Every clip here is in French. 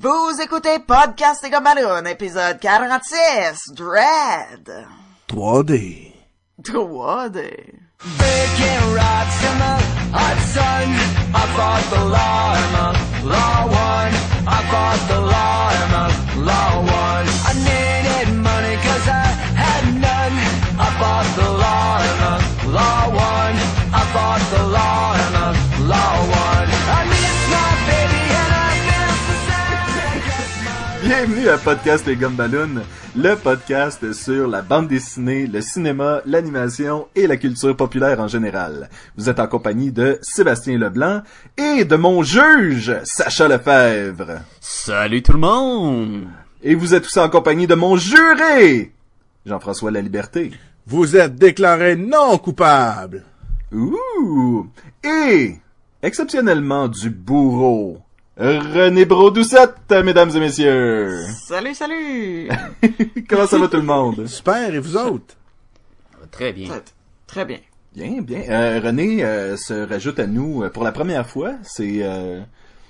Vous écoutez Podcast et Gumballoon, épisode 46, Dread. 3D. 3D. Breaking rocks in the hot sun. I fought the law, I'm a law one. I fought the law, I'm a law one. I needed money cause I had none. I fought the law, I'm a law one. I fought the law, I'm a law one. I miss my baby and I miss the sound. Bienvenue à Podcast et Gumballoon, le podcast sur la bande dessinée, le cinéma, l'animation et la culture populaire en général. Vous êtes en compagnie de Sébastien Leblanc et de mon juge, Sacha Lefebvre. Salut tout le monde! Et vous êtes aussi en compagnie de mon juré, Jean-François Laliberté. Vous êtes déclaré non coupable. Ouh! Et, exceptionnellement du bourreau, René Brodoucette, mesdames et messieurs. Salut, salut. Comment ça va tout le monde? Super, et vous autres? Très bien. Très bien. Bien, bien. René se rajoute à nous pour la première fois. Bienvenue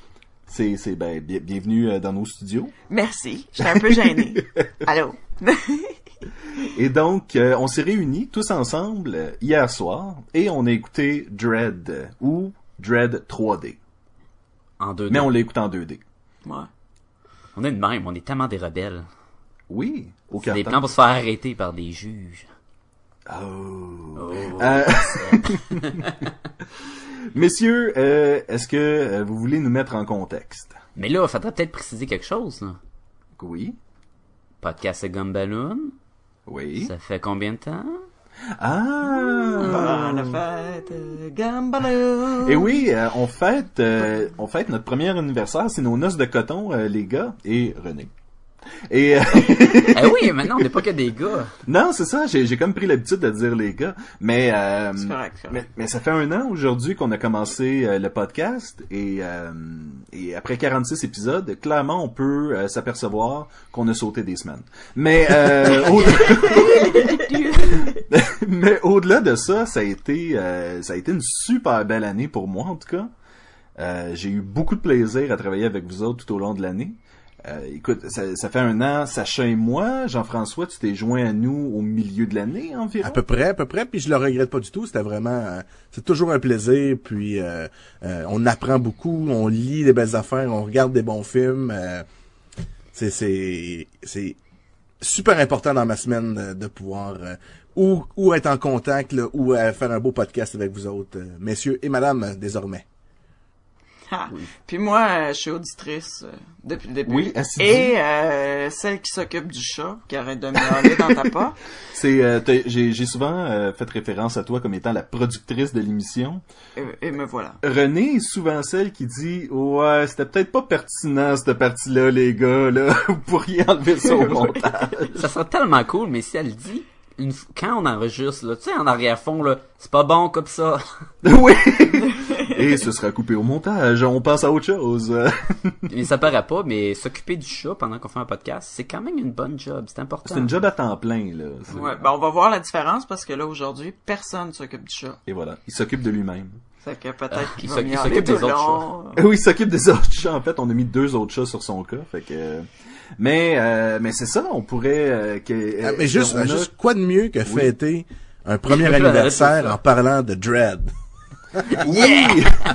dans nos studios. Merci, j'étais un peu gêné. Allô? Et donc, on s'est réunis tous ensemble hier soir et on a écouté Dread ou Dread 3D. En 2D. Mais on l'a écouté en 2D. Ouais. On est de même, on est tellement des rebelles. Oui, au C'est des carton. plans pour se faire arrêter par des juges. Oh. Oh. Messieurs, est-ce que vous voulez nous mettre en contexte? Mais là, il faudrait peut-être préciser quelque chose. Là. Oui. Podcast et Gumballoon, Oui. ça fait combien de temps? Ah! Bonne fête, Gumballoon. Et oui, on fête notre premier anniversaire, c'est nos noces de coton, les gars, et René. Et Eh oui, maintenant on n'est pas que des gars. non, c'est ça, j'ai comme pris l'habitude de dire les gars, mais C'est correct, c'est correct. mais ça fait 1 an aujourd'hui qu'on a commencé le podcast et après 46 épisodes, clairement on peut s'apercevoir qu'on a sauté des semaines. Mais mais au-delà de ça, ça a été une super belle année pour moi en tout cas. J'ai eu beaucoup de plaisir à travailler avec vous autres tout au long de l'année. Écoute, ça fait 1 an, Sacha et moi, Jean-François, tu t'es joint à nous au milieu de l'année environ. À peu près, puis je le regrette pas du tout. C'était vraiment, c'est toujours un plaisir, puis on apprend beaucoup, on lit des belles affaires, on regarde des bons films. C'est super important dans ma semaine de pouvoir ou être en contact, là, ou faire un beau podcast avec vous autres, messieurs et madame, désormais. Ah. Puis moi, je suis auditrice depuis le début. Oui, assidue. Et celle qui s'occupe du chat, qui arrête de miauler dans ta porte. J'ai souvent fait référence à toi comme étant la productrice de l'émission. Et me voilà. René est souvent celle qui dit « Ouais, c'était peut-être pas pertinent cette partie-là, les gars, là. Vous pourriez enlever ça au montage. » Ça serait tellement cool, mais si elle dit, quand on enregistre, là, tu sais, en arrière-fond, là, c'est pas bon comme ça. Oui! Et ce sera coupé au montage, on passe à autre chose. Mais ça paraît pas, mais s'occuper du chat pendant qu'on fait un podcast, c'est quand même une bonne job, c'est important. C'est une job à temps plein, là. Ouais, ben on va voir la différence parce que là, aujourd'hui, personne s'occupe du chat. Et voilà, il s'occupe de lui-même. Fait que peut-être qu'il il va s'occupe miauler des tout le autres long. Oui, il s'occupe des autres chats. En fait, on a mis 2 autres chats sur son cas. Fait que, mais c'est ça, on pourrait. Mais juste quoi de mieux que fêter un premier Ouais, anniversaire c'est ça. en parlant de Dread? Oui!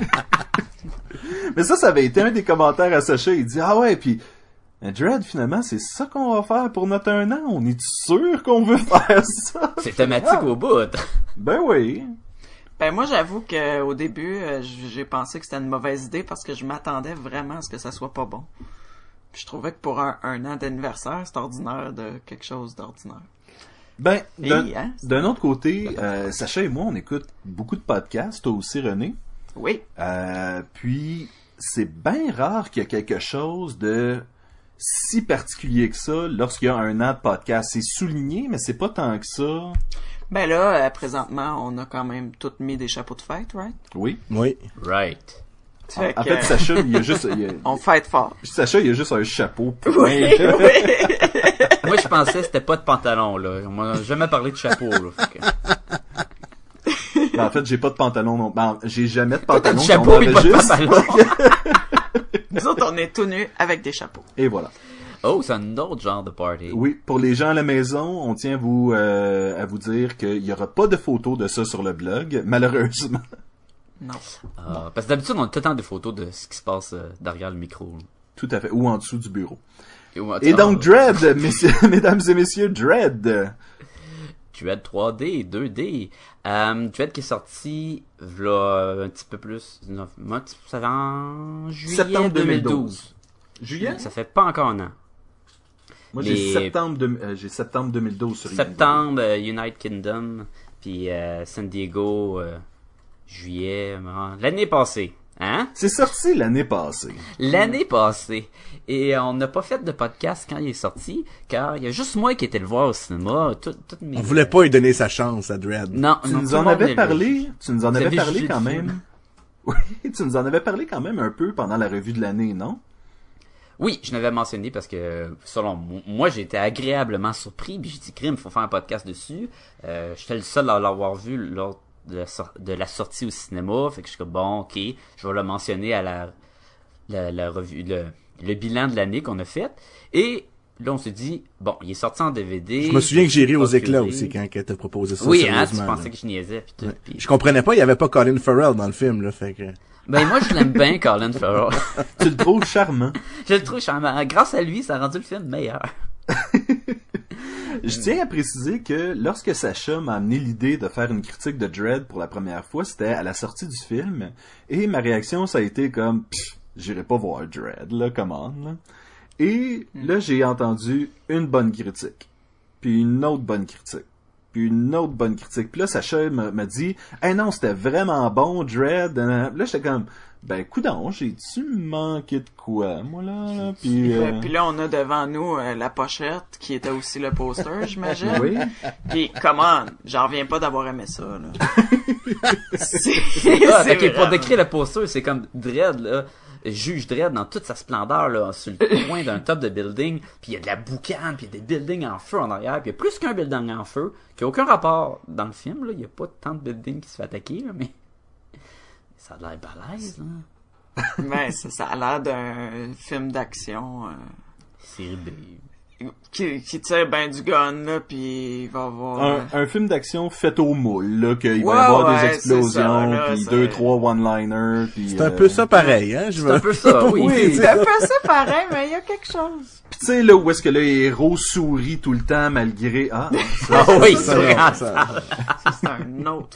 Mais ça avait été un des commentaires à Sacha. Il dit, ah ouais, puis Dread, finalement, c'est ça qu'on va faire pour notre 1 an? On est sûr qu'on veut faire ça? C'est thématique au bout. Ben oui. Ben moi, j'avoue que au début, j'ai pensé que c'était une mauvaise idée parce que je m'attendais vraiment à ce que ça soit pas bon. Puis je trouvais que pour un an d'anniversaire, c'est ordinaire de quelque chose d'ordinaire. Ben, Hein? d'un autre côté, Sacha et moi, on écoute beaucoup de podcasts, toi aussi, René. Oui. Puis, c'est bien rare qu'il y a quelque chose de si particulier que ça lorsqu'il y a 1 an de podcast. C'est souligné, mais c'est pas tant que ça. Ben là, présentement, on a quand même tous mis des chapeaux de fête, right? Oui. Oui. Right. Fait En que, fait, Sacha, il y a juste... on fête fort. Sacha, il y a juste un chapeau. Oui, point. oui. Moi, je pensais que c'était pas de pantalon, là. On m'a jamais parlé de chapeau, là. Fait que... Ben, en fait, j'ai pas de pantalon non. Ben, j'ai jamais de pantalon de quand on chapeau et pas de enregistre. pantalon. Nous autres, on est tout nus avec des chapeaux. Et voilà. Oh, c'est un autre genre de party. Oui, pour les gens à la maison, on tient à vous dire qu'il y aura pas de photos de ça sur le blog, malheureusement. Non. Parce que d'habitude, on a tout le temps des photos de ce qui se passe derrière le micro. Là. Tout à fait. Ou en dessous du bureau. Et Et donc, Dread, mesdames et messieurs, Dread. Dread 3D, 2D. Dread qui est sorti, là, un petit peu plus, ça va en juillet Septembre 2012. Juillet? Ça fait pas encore un an. Moi, Les- j'ai septembre 2012 sur Septembre, United Kingdom, puis San Diego, juillet, l'année passée. Hein? C'est sorti l'année passée. L'année passée. Et on n'a pas fait de podcast quand il est sorti, car il y a juste moi qui étais le voir au cinéma. Toutes mes... On voulait pas lui donner sa chance à Dread. Non, Tu non, nous tout le en monde avais l'a parlé, vu. tu nous en Vous avais avez parlé jugé quand le même. film? Oui, tu nous en avais parlé quand même un peu pendant la revue de l'année, non? Oui, je l'avais mentionné parce que, selon moi, j'ai été agréablement surpris. Puis j'ai dit, crime, faut faire un podcast dessus. J'étais le seul à l'avoir vu lors de la sortie au cinéma. Fait que je suis comme, bon, ok, je vais le mentionner à la revue, le bilan de l'année qu'on a fait. Et là, on s'est dit, bon, il est sorti en DVD. Je me souviens que j'ai ri aux procuré. éclats aussi quand elle t'a proposé ça. Oui, hein, tu sérieusement, pensais là. que je niaisais. Puis tout, Ouais. puis- Je comprenais pas, il y avait pas Colin Farrell dans le film, là, fait que... Ben, moi, je l'aime bien, Colin Farrell. Tu le trouves charmant. Je le trouve charmant. Grâce à lui, ça a rendu le film meilleur. Je tiens à préciser que lorsque Sacha m'a amené l'idée de faire une critique de Dread pour la première fois, c'était à la sortie du film, et ma réaction, ça a été comme, pff, j'irai pas voir Dread, là, commande, là. Et là, j'ai entendu une bonne critique, puis une autre bonne critique, puis une autre bonne critique. Puis là, Sacha m'a dit, « Hey non, c'était vraiment bon, Dread. » Là, j'étais comme, ben, coudonc, j'ai-tu manqué de quoi, moi, là? Puis, Puis là, on a devant nous la pochette, qui était aussi le poster, j'imagine. oui. Puis, comment, j'en reviens pas d'avoir aimé ça, là. C'est Ah, fait que pour vraiment- décrire le poster, c'est comme Dredd, là. Juge Dredd dans toute sa splendeur, là, sur le coin d'un top de building, puis il y a de la boucane, puis il y a des buildings en feu en arrière, puis il y a plus qu'un building en feu, qui a aucun rapport dans le film, là. Il y a pas tant de buildings qui se fait attaquer, là, mais ça a l'air balèze, là. Ben, ça a l'air d'un film d'action Série B. qui tire ben du gun, là, puis il va avoir... Un film d'action fait au moule, là, qu'il va y Ouais, avoir ouais, des c'est ça, explosions, là, puis c'est- 2-3 one-liners, puis... C'est un peu ça pareil, hein? C'est un peu ça, oui. Oui, C'est un peu ça pareil, mais il y a quelque chose. Puis tu sais, là, où est-ce que le héros sourit tout le temps, malgré... Ah, ça, Ah oui, Ça, c'est vrai. ça- Ça, c'est un autre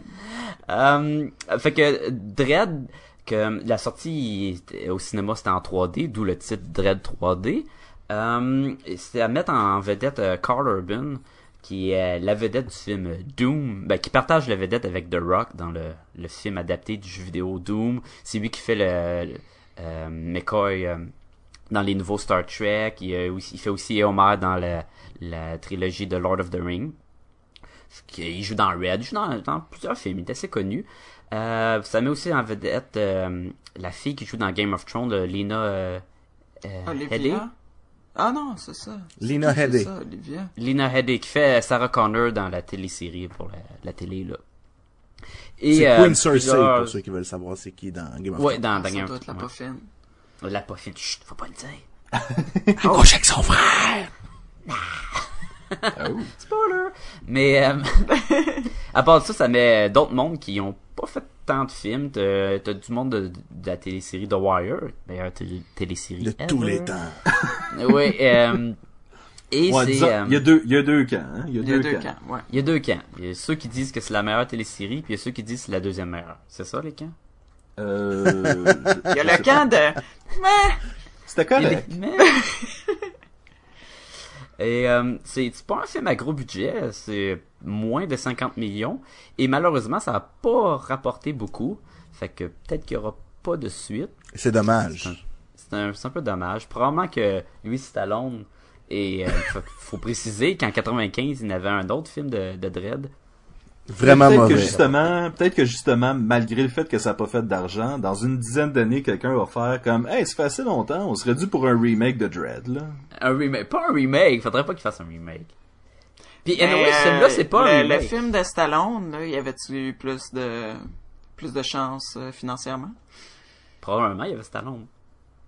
film. Fait que Dredd, que la sortie au cinéma c'était en 3D, d'où le titre Dredd 3D. C'était à mettre en vedette Carl Urban, qui est la vedette du film Doom, ben, qui partage la vedette avec The Rock dans le film adapté du jeu vidéo Doom. C'est lui qui fait le McCoy dans les nouveaux Star Trek. Il fait aussi Homer dans la trilogie de Lord of the Rings. Il joue dans Red, il joue dans plusieurs films, il est assez connu. Ça met aussi en vedette la fille qui joue dans Game of Thrones, Lena Headey. Olivia? Ah non, c'est ça. Lena C'est Headey. ça, Olivia. Lena Headey qui fait Sarah Connor dans la télésérie pour la télé là. Et C'est Queen Cersei, plusieurs- pour ceux qui veulent savoir c'est qui dans Game of Ouais, Thrones. dans Ça Game doit of être la Thrones. poffine. La poffine, chut, faut pas le dire. Elle couche avec son frère! Spoiler! Mais à part ça, ça met d'autres mondes qui ont pas fait tant de films. T'as du monde de la télésérie The Wire, meilleure télésérie De ever. tous les temps. Oui, et Ouais, c'est... disons, il y a deux camps, hein. Il y a Il y a deux deux camps. camps, ouais. Il y a deux camps. Il y a ceux qui disent que c'est la meilleure télésérie, puis il y a ceux qui disent que c'est la deuxième meilleure. C'est ça, les camps? Il y a le camp de... Mais... C'était correct. Mais... Et c'est pas un film à gros budget, c'est moins de 50 millions. Et malheureusement, ça a pas rapporté beaucoup. Fait que peut-être qu'il y aura pas de suite. C'est dommage. C'est un peu dommage. Probablement que lui, Stallone, et faut préciser qu'en 95, il y avait un autre film de Dredd. Vraiment Peut-être mauvais. peut-être que justement, malgré le fait que ça n'a pas fait d'argent, dans une dizaine d'années, quelqu'un va faire comme, hey, ça fait assez longtemps, on serait dû pour un remake de Dread, là. Un remake, pas un remake, faudrait pas qu'il fasse un remake. Puis anyway, Mais, celui-là, c'est pas un le remake. film de Stallone, là, y avait-tu eu plus de chance financièrement? Probablement, il y avait Stallone.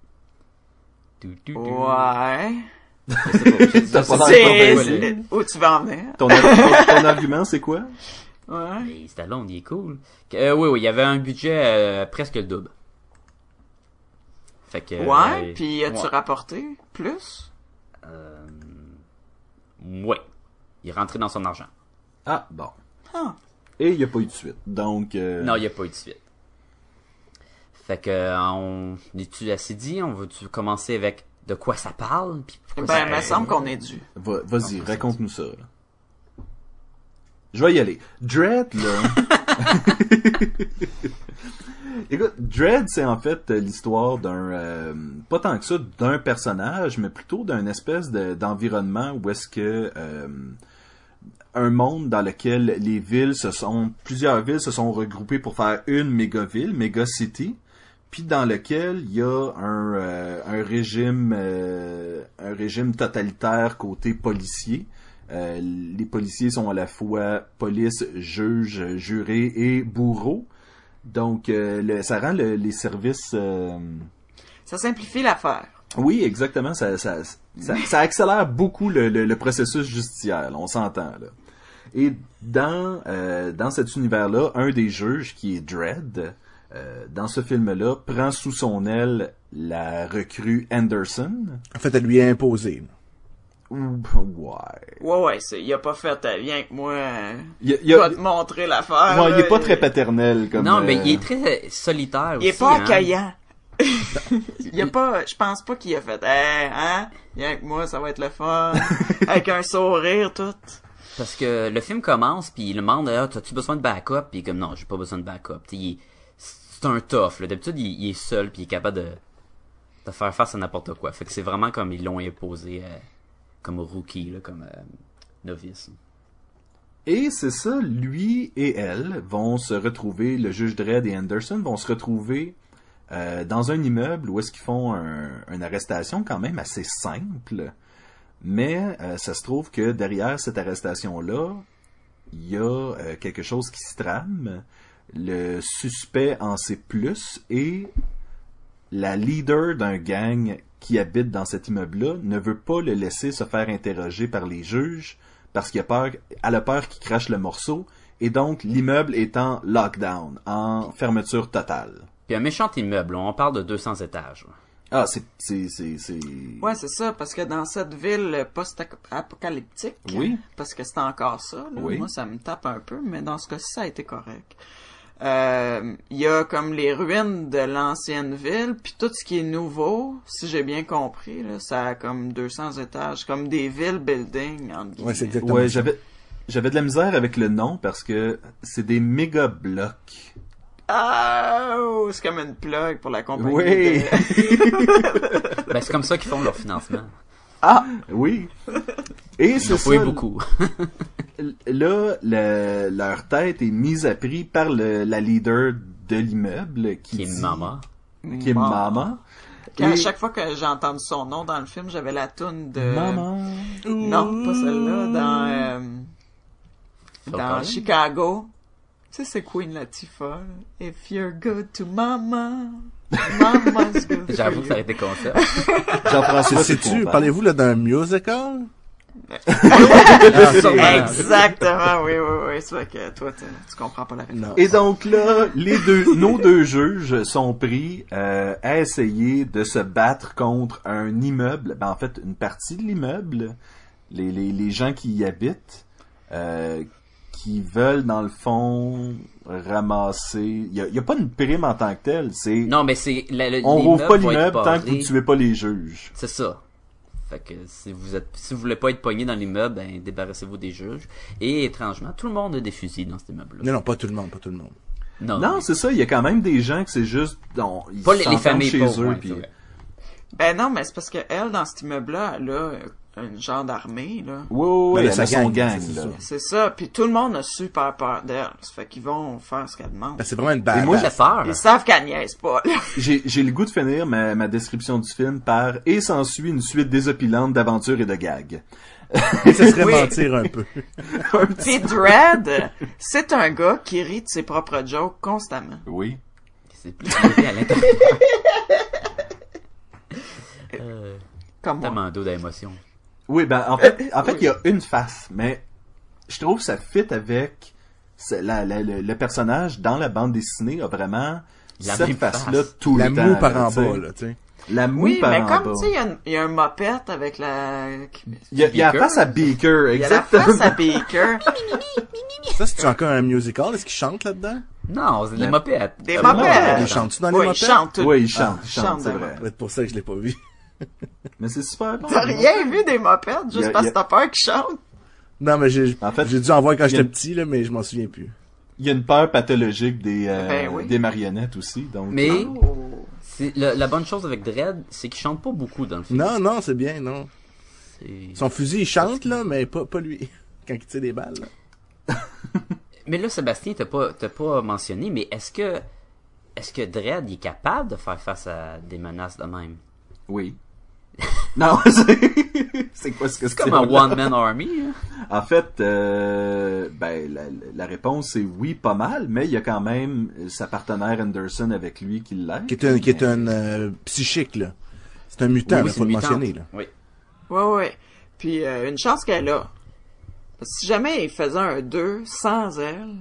Ouais. T'as pas l'air C'est... convaincu. Où tu vas en venir? Ton argument, c'est quoi? Ouais. Mais Stallone, il est cool. Oui, il y avait un budget presque le double. Fait que... Ouais, puis as-tu ouais. rapporté plus? Ouais. Il est rentré dans son argent. Ah, bon. Ah. Et il n'y a pas eu de suite. Donc... Non, il n'y a pas eu de suite. Fait que, on est-tu assez dit? On veut-tu commencer avec de quoi ça parle? Puis pourquoi Ben, ça il me semble qu'on est dû. Vas-y, Non, raconte-nous ça, là. Je vais y aller. Dread, là... Écoute, Dread, c'est en fait l'histoire d'un... pas tant que ça d'un personnage, mais plutôt d'un espèce d'environnement où est-ce que... un monde dans lequel plusieurs villes se sont regroupées pour faire une méga-ville, méga-city, puis dans lequel il y a un régime totalitaire côté policier. Les policiers sont à la fois police, juge, juré et bourreau. Donc, ça rend les services... Ça simplifie l'affaire. Oui, exactement. Ça accélère beaucoup le processus judiciaire. Là, on s'entend, là. Et dans cet univers-là, un des juges, qui est Dredd, dans ce film-là, prend sous son aile la recrue Anderson. En fait, elle lui est imposée. Ouais. Ouais, il a pas fait, viens avec moi, Il va te montrer l'affaire. ouais, là, il est pas très paternel comme... Non, mais il est très solitaire aussi. Il est pas hein. accueillant. Il a pas, je pense pas qu'il a fait, viens avec moi, ça va être le fun. Avec un sourire, tout. Parce que le film commence, puis il demande, t'as-tu besoin de backup? Puis comme, non, j'ai pas besoin de backup. C'est un tough, là. D'habitude, il est seul, puis il est capable de faire face à n'importe quoi. Fait que c'est vraiment comme ils l'ont imposé comme rookie, là, comme novice. Et c'est ça, lui et elle vont se retrouver, le juge Dredd et Anderson vont se retrouver dans un immeuble où est-ce qu'ils font une arrestation quand même assez simple. Mais ça se trouve que derrière cette arrestation-là, il y a quelque chose qui se trame. Le suspect en sait plus et la leader d'un gang qui habite dans cet immeuble-là ne veut pas le laisser se faire interroger par les juges parce qu'elle a peur qu'il crache le morceau et donc l'immeuble est en lockdown, en fermeture totale. Puis un méchant immeuble, on parle de 200 étages. Ah, c'est... Ouais, c'est ça, parce que dans cette ville post-apocalyptique, Oui. parce que c'est encore ça, là, Oui. moi ça me tape un peu, mais dans ce cas-ci, ça a été correct. Il y a comme les ruines de l'ancienne ville, puis tout ce qui est nouveau, si j'ai bien compris, là, ça a comme 200 étages, comme des villes buildings, entre guillemets. Ouais, c'est exactement Ouais, ça. j'avais de la misère avec le nom parce que c'est des méga blocs. Ah, c'est comme une plug pour la compagnie. Oui. Ben, c'est comme ça qu'ils font leur financement. Ah, oui. Et Ils c'est ont ça. pas eu beaucoup. Là, leur tête est mise à prix par la leader de l'immeuble Qui est dit- maman. Qui est Maman. À Et- chaque fois que j'ai entendu son nom dans le film, j'avais la toune de... Maman. Non, pas celle-là, Phil dans Collins? Chicago. Tu sais, c'est Queen Latifah, là. If you're good to mama, mama's good for J'avoue que ça a you. été concept. Jean-François, c'est Sais-tu, parlez-vous là d'un musical? Exactement, oui. C'est vrai que toi, tu comprends pas la réponse. Non. Et donc là, nos deux juges sont pris à essayer de se battre contre un immeuble. Ben, en fait, une partie de l'immeuble, les gens qui y habitent, qui veulent dans le fond ramasser. Il y a pas une prime en tant que telle. C'est Non, mais c'est... on rouvre pas l'immeuble va être l'immeuble tant que barré. vous tuez pas les juges. C'est ça. Fait que si vous voulez pas être pogné dans l'immeuble, ben débarrassez-vous des juges. Et étrangement, tout le monde a des fusils dans cet immeuble-là. Non, pas tout le monde. Non, Non, c'est ça. Il y a quand même des gens que c'est juste. Ils pas les s'entendent familles chez pauvres. eux. Ouais, Puis... c'est vrai. Ben non, mais c'est parce que elle, dans cet immeuble-là, elle a un genre d'armée, là. Oui, Mais elle sa a son gang, gang, c'est là. ça. C'est ça, puis tout le monde a super peur d'elle. Ça fait qu'ils vont faire ce qu'elle demande. Ben, c'est vraiment une badass. Et moi, J'ai peur. Ils savent qu'elle niaise pas, là. J'ai le goût de finir ma description du film par « Et s'ensuit une suite désopilante d'aventures et de gags Et ça serait Oui. mentir un peu. ». Puis Dredd, c'est un gars qui rit de ses propres jokes constamment. Oui. C'est plus compliqué à l'intérieur. Comme moi. Tellement d'eau d'émotion. Oui, ben en fait, il y a une face, mais je trouve que ça fit avec le personnage dans la bande dessinée a vraiment La cette même face-là face. tout La le temps. moue par en tu sais. bas, là, tu sais. La moue Oui, par mais en comme, bas. tu sais, il y a un mopette avec la... Il y a la Beaker. face à Beaker, Il y a la exactement. face à Baker. Ça, c'est encore un musical? Est-ce qu'il chante là-dedans? Non, c'est des La- mopettes. Des Ah, mopettes. Il chante-tu dans les Oui, il mopettes? chante tout. Oui, il chante, Ah, il chante, c'est chante, vrai. Ça doit être pour ça que je l'ai pas vu. Mais c'est super bon. T'as rien vu des mopettes Il y juste a- parce il y que a- t'as peur qu'ils chantent? Non, mais j'ai En fait, dû en voir quand il y a j'étais une- petit, là, mais je m'en souviens plus. Il y a une peur pathologique Ben oui. des marionnettes aussi, donc. Mais Oh. la bonne chose avec Dredd, c'est qu'il chante pas beaucoup dans le film. Non, c'est bien, non. C'est- Son fusil, il chante, là, mais pas lui. Quand il tire des balles, là. Mais là, Sébastien, t'as pas mentionné, mais est-ce que Dredd il est capable de faire face à des menaces de même? Oui. Non, c'est quoi ce que C'est comme un one-man army, hein? En fait, ben la réponse est oui, pas mal, mais il y a quand même sa partenaire Anderson avec lui qui l'aide. Qui est un psychique, là. C'est un mutant, Oui, là, c'est faut le une mutante. mentionner, là. Oui. Ouais. Puis une chance qu'elle a. Parce que si jamais il faisait un 2 sans elle,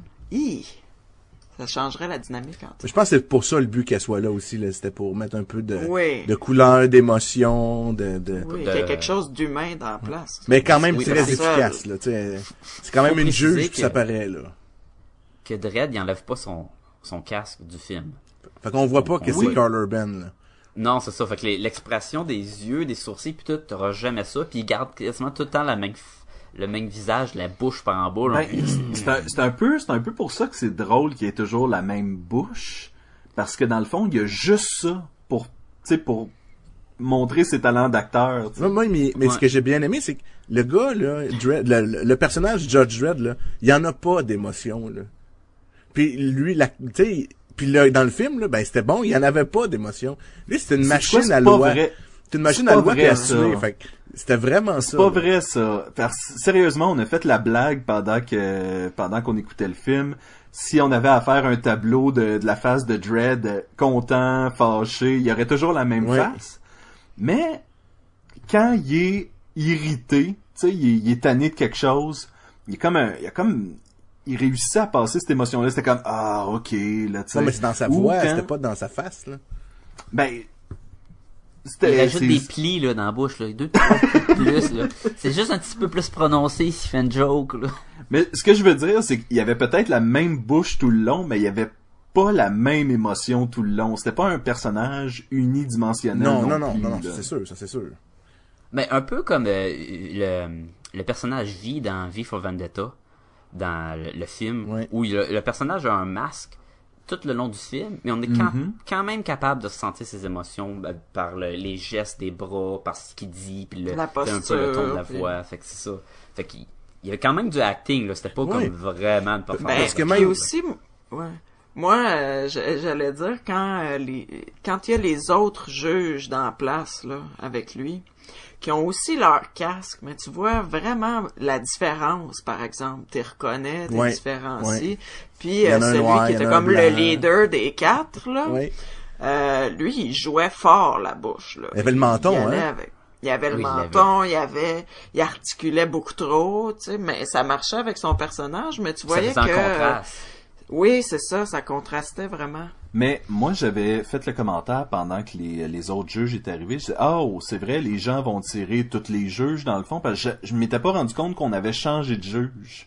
ça changerait la dynamique entre Je pense que c'est pour ça le but qu'elle soit là aussi, là. C'était pour mettre un peu de Oui. couleur, d'émotion, Oui, qu'il y a quelque chose d'humain dans la place. Mais quand même Oui, très parce que- efficace, là, tu sais. C'est quand même Faut une préciser juge, puis que- ça paraît, là. Que Dredd, il enlève pas son casque du film. Fait qu'on voit pas que Oui. c'est Carl Urban, là. Non, c'est ça. Fait que l'expression des yeux, des sourcils, puis tout, t'auras jamais ça. Puis il garde quasiment tout le temps le même visage, la bouche par en bas. Là. Ben, c'est un peu pour ça que c'est drôle qu'il y ait toujours la même bouche, parce que dans le fond, il y a juste ça pour montrer ses talents d'acteur. tu sais. Mais Ouais. ce que j'ai bien aimé, c'est que le gars, là, Dredd, le personnage Judge Dredd, là, il y en a pas d'émotion, là. Puis lui, tu sais, puis là, dans le film, là, ben, c'était bon, il y en avait pas d'émotion. Lui, c'était une C'est machine quoi, à c'est pas loi. vrai. C'est une machine C'est à pas loi vrai, qui a ça. tué. Fait que c'était vraiment ça. C'est pas là. vrai ça. Sérieusement, on a fait la blague pendant qu'on écoutait le film. Si on avait à faire un tableau de la face de Dredd, content, fâché, il y aurait toujours la même Ouais. face. Mais quand il est irrité, tu sais, il est tanné de quelque chose, il réussissait à passer cette émotion-là. C'était comme ok là, tu sais. Non, mais c'est dans sa Ou voix, quand- c'était pas dans sa face, là. Ben Il ajoute c'est- des plis là, dans la bouche, là. 2 petits plus, là. C'est juste un petit peu plus prononcé s'il fait une joke, là. Mais ce que je veux dire, c'est qu'il y avait peut-être la même bouche tout le long, mais il y avait pas la même émotion tout le long. C'était pas un personnage unidimensionnel. Non, plus, non, là. ça, c'est sûr, ça, c'est sûr. Mais un peu comme le personnage V dans V for Vendetta, dans le film, Ouais. où le personnage a un masque tout le long du film, mais on est quand même capable de sentir ses émotions par les gestes des bras, par ce qu'il dit, puis La un peu le ton de posture, la puis- voix. Fait que c'est ça. Fait qu'il y avait quand même du acting, là. C'était pas Ouais. comme vraiment une performance. Ben, Parce que puis même- aussi, ouais. Moi, j'allais dire quand il y a les autres juges dans la place là avec lui, qui ont aussi leur casque, mais tu vois vraiment la différence, par exemple, tu reconnais, tu Ouais, différencies. ouais. Puis Il y en a un celui noir, qui il y en était a un comme le blanc. leader des 4 là, Oui. lui il jouait fort la bouche là. Il y avait le menton, Il allait hein. avec- Il avait le Oui, il menton, il articulait beaucoup trop, tu sais, mais ça marchait avec son personnage, mais tu Ça voyais faisait un que contraste. oui, c'est ça contrastait vraiment. Mais moi, j'avais fait le commentaire pendant que les autres juges étaient arrivés. Je disais, c'est vrai, les gens vont tirer tous les juges dans le fond, parce que je m'étais pas rendu compte qu'on avait changé de juge.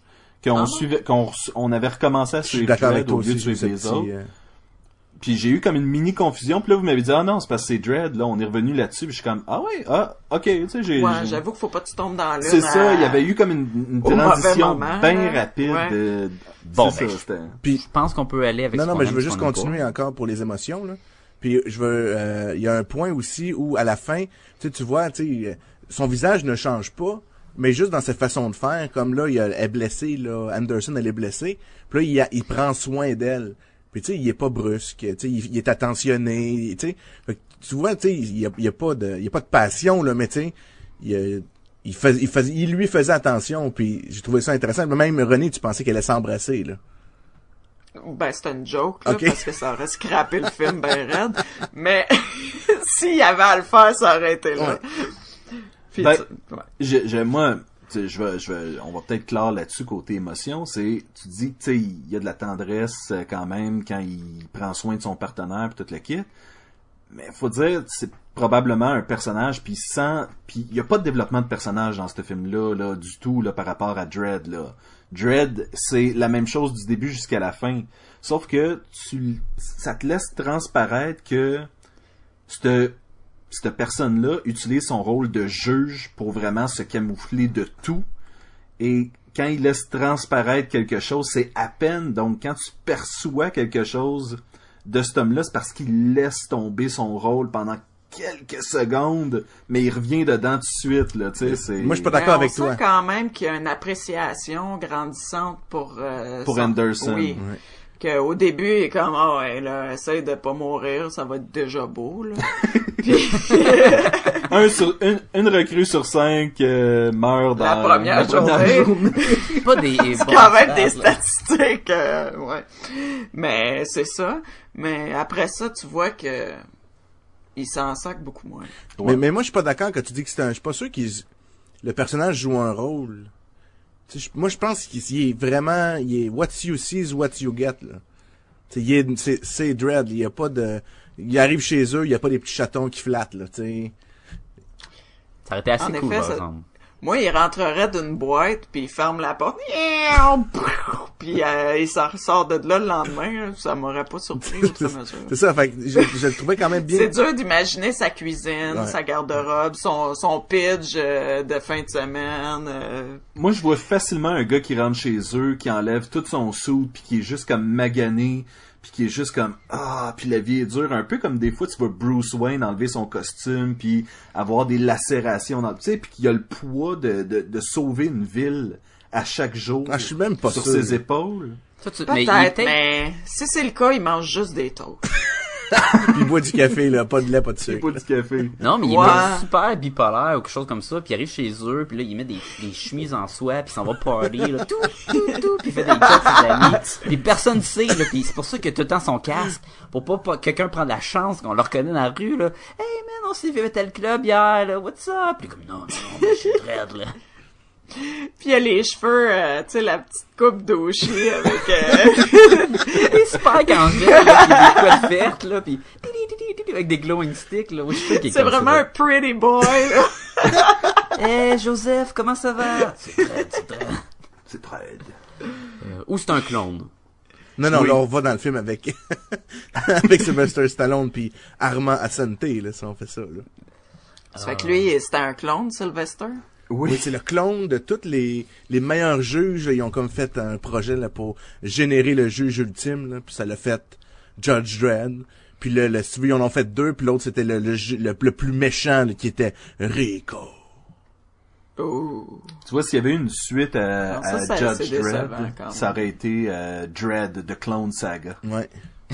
On avait recommencé à Je suis suivre d'accord avec Dredd toi au lieu de aussi, suivre ce les autres. petit, Puis j'ai eu comme une mini confusion, puis là vous m'avez dit non, c'est parce que c'est Dredd, là on est revenu là-dessus, puis je suis comme ok, tu sais j'ai Ouais, j'avoue qu'il faut pas que tu tombes dans l'une. c'est ça, il y avait eu comme une au mauvais transition moment, bien là. rapide. Ouais. Bon, C'est ben, ça, c'était. Puis, Je pense qu'on peut aller avec non, ce non, qu'on mais je aime, veux ce juste qu'on aime pas. continuer encore pour les émotions, là. Puis je veux, il y a un point aussi où à la fin, tu vois, son visage ne change pas, mais juste dans cette façon de faire, comme là, elle est blessée, là, Anderson, elle est blessée, puis là, il prend soin d'elle. Puis tu sais, il est pas brusque, tu sais, il est attentionné, tu sais. Fait que tu vois, tu sais, il y a pas de passion là, mais tu sais, il lui faisait attention, puis j'ai trouvé ça intéressant. Même René, tu pensais qu'elle allait s'embrasser là. Ben, c'était une joke, là, Ok. parce que ça aurait scrappé le film ben raide. Mais s'il y avait à le faire, ça aurait été là. Ouais. Puis, Ben, ouais. moi, tu sais, on va peut-être clore là-dessus côté émotion. Tu dis, tu sais, il y a de la tendresse quand même quand il prend soin de son partenaire pis tout le kit. Mais faut dire, c'est probablement un personnage puis il y a pas de développement de personnage dans ce film-là, là, du tout, là, par rapport à Dredd, là. Dredd, c'est la même chose du début jusqu'à la fin. Sauf que ça te laisse transparaître que cette personne-là utilise son rôle de juge pour vraiment se camoufler de tout. Et quand il laisse transparaître quelque chose, c'est à peine. Donc, quand tu perçois quelque chose de cet homme-là, c'est parce qu'il laisse tomber son rôle pendant quelques secondes, mais il revient dedans tout de suite, là, tu sais, c'est... Moi, je suis pas d'accord avec on toi. sent quand même qu'il y a une appréciation grandissante pour Anderson. Oui. Ouais. Qu'au début, il est comme, ah ouais, là, essaye de pas mourir, ça va être déjà beau, là. Puis, une recrue sur 5 meurt dans la première journée. Pas des c'est quand même des statistiques, ouais. Mais c'est ça. Mais après ça, tu vois que il s'en sac beaucoup moins. Mais moi, je suis pas d'accord quand tu dis que c'est un... Je suis pas sûr le personnage joue un rôle. Tu sais, moi, je pense qu'il est vraiment... Il est what you see is what you get, là. Tu sais, c'est Dredd. Il y a pas de... Il arrive chez eux, il y a pas des petits chatons qui flattent, là, tu sais. Ça aurait été assez En cool, effet, par ça- exemple. Moi, il rentrerait d'une boîte, puis il ferme la porte, puis il s'en ressort de là le lendemain. Là. Ça m'aurait pas surpris outre mesure. C'est ça, fait que je le trouvais quand même bien. C'est dur d'imaginer sa cuisine, Ouais. sa garde-robe, son pitch de fin de semaine. Moi, je vois facilement un gars qui rentre chez eux, qui enlève tout son suit, puis qui est juste comme magané, puis qui est juste comme puis la vie est dure, un peu comme des fois tu vois Bruce Wayne enlever son costume, puis avoir des lacérations dans, tu sais, puis qu'il a le poids de sauver une ville à chaque jour Ah, je suis même pas sur sûr. ses épaules. Mais il Peut-être, était- mais si c'est le cas, il mange juste des toasts. Puis il boit du café, là, pas de lait, pas de C'est sucre. pas du café. Non, mais il Ouais. est super bipolaire ou quelque chose comme ça, puis il arrive chez eux, puis là, il met des chemises en soie, puis il s'en va party, là, tout, puis il fait des jokes à ses amis, puis personne sait, là, puis c'est pour ça qu'il a tout le temps son casque, pour pas quelqu'un prenne la chance qu'on le reconnaît dans la rue, là. Hey man, on s'est vu à tel club hier, là, what's up? Puis comme, non, mais c'est Dredd, là. Puis il a les cheveux, tu sais, la petite coupe douchée avec... Il est super candide, là, pis des couettes vertes, là, pis avec des glowing sticks, là, oui, je sais qu'il est c'est comme vraiment ça, un pretty boy, là. Hey, Joseph, comment ça va? C'est Dredd, c'est Dredd. C'est très... Ou c'est un clone. Non, Oui. là, on va dans le film avec, avec Sylvester Stallone puis Armand Assante, là, si on fait ça, là. Ça fait que lui, c'était un clone, Sylvester. Oui, c'est le clone de tous les meilleurs juges, là, ils ont comme fait un projet, là, pour générer le juge ultime, là, puis ça l'a fait Judge Dredd. Puis le si ils en ont fait deux, puis l'autre c'était le plus méchant, là, qui était Rico. Oh. Tu vois, s'il y avait une suite à, Non, ça, à c'est Judge décevant, Dredd, quand même. ça aurait été Dredd, The Clone Saga. Ouais.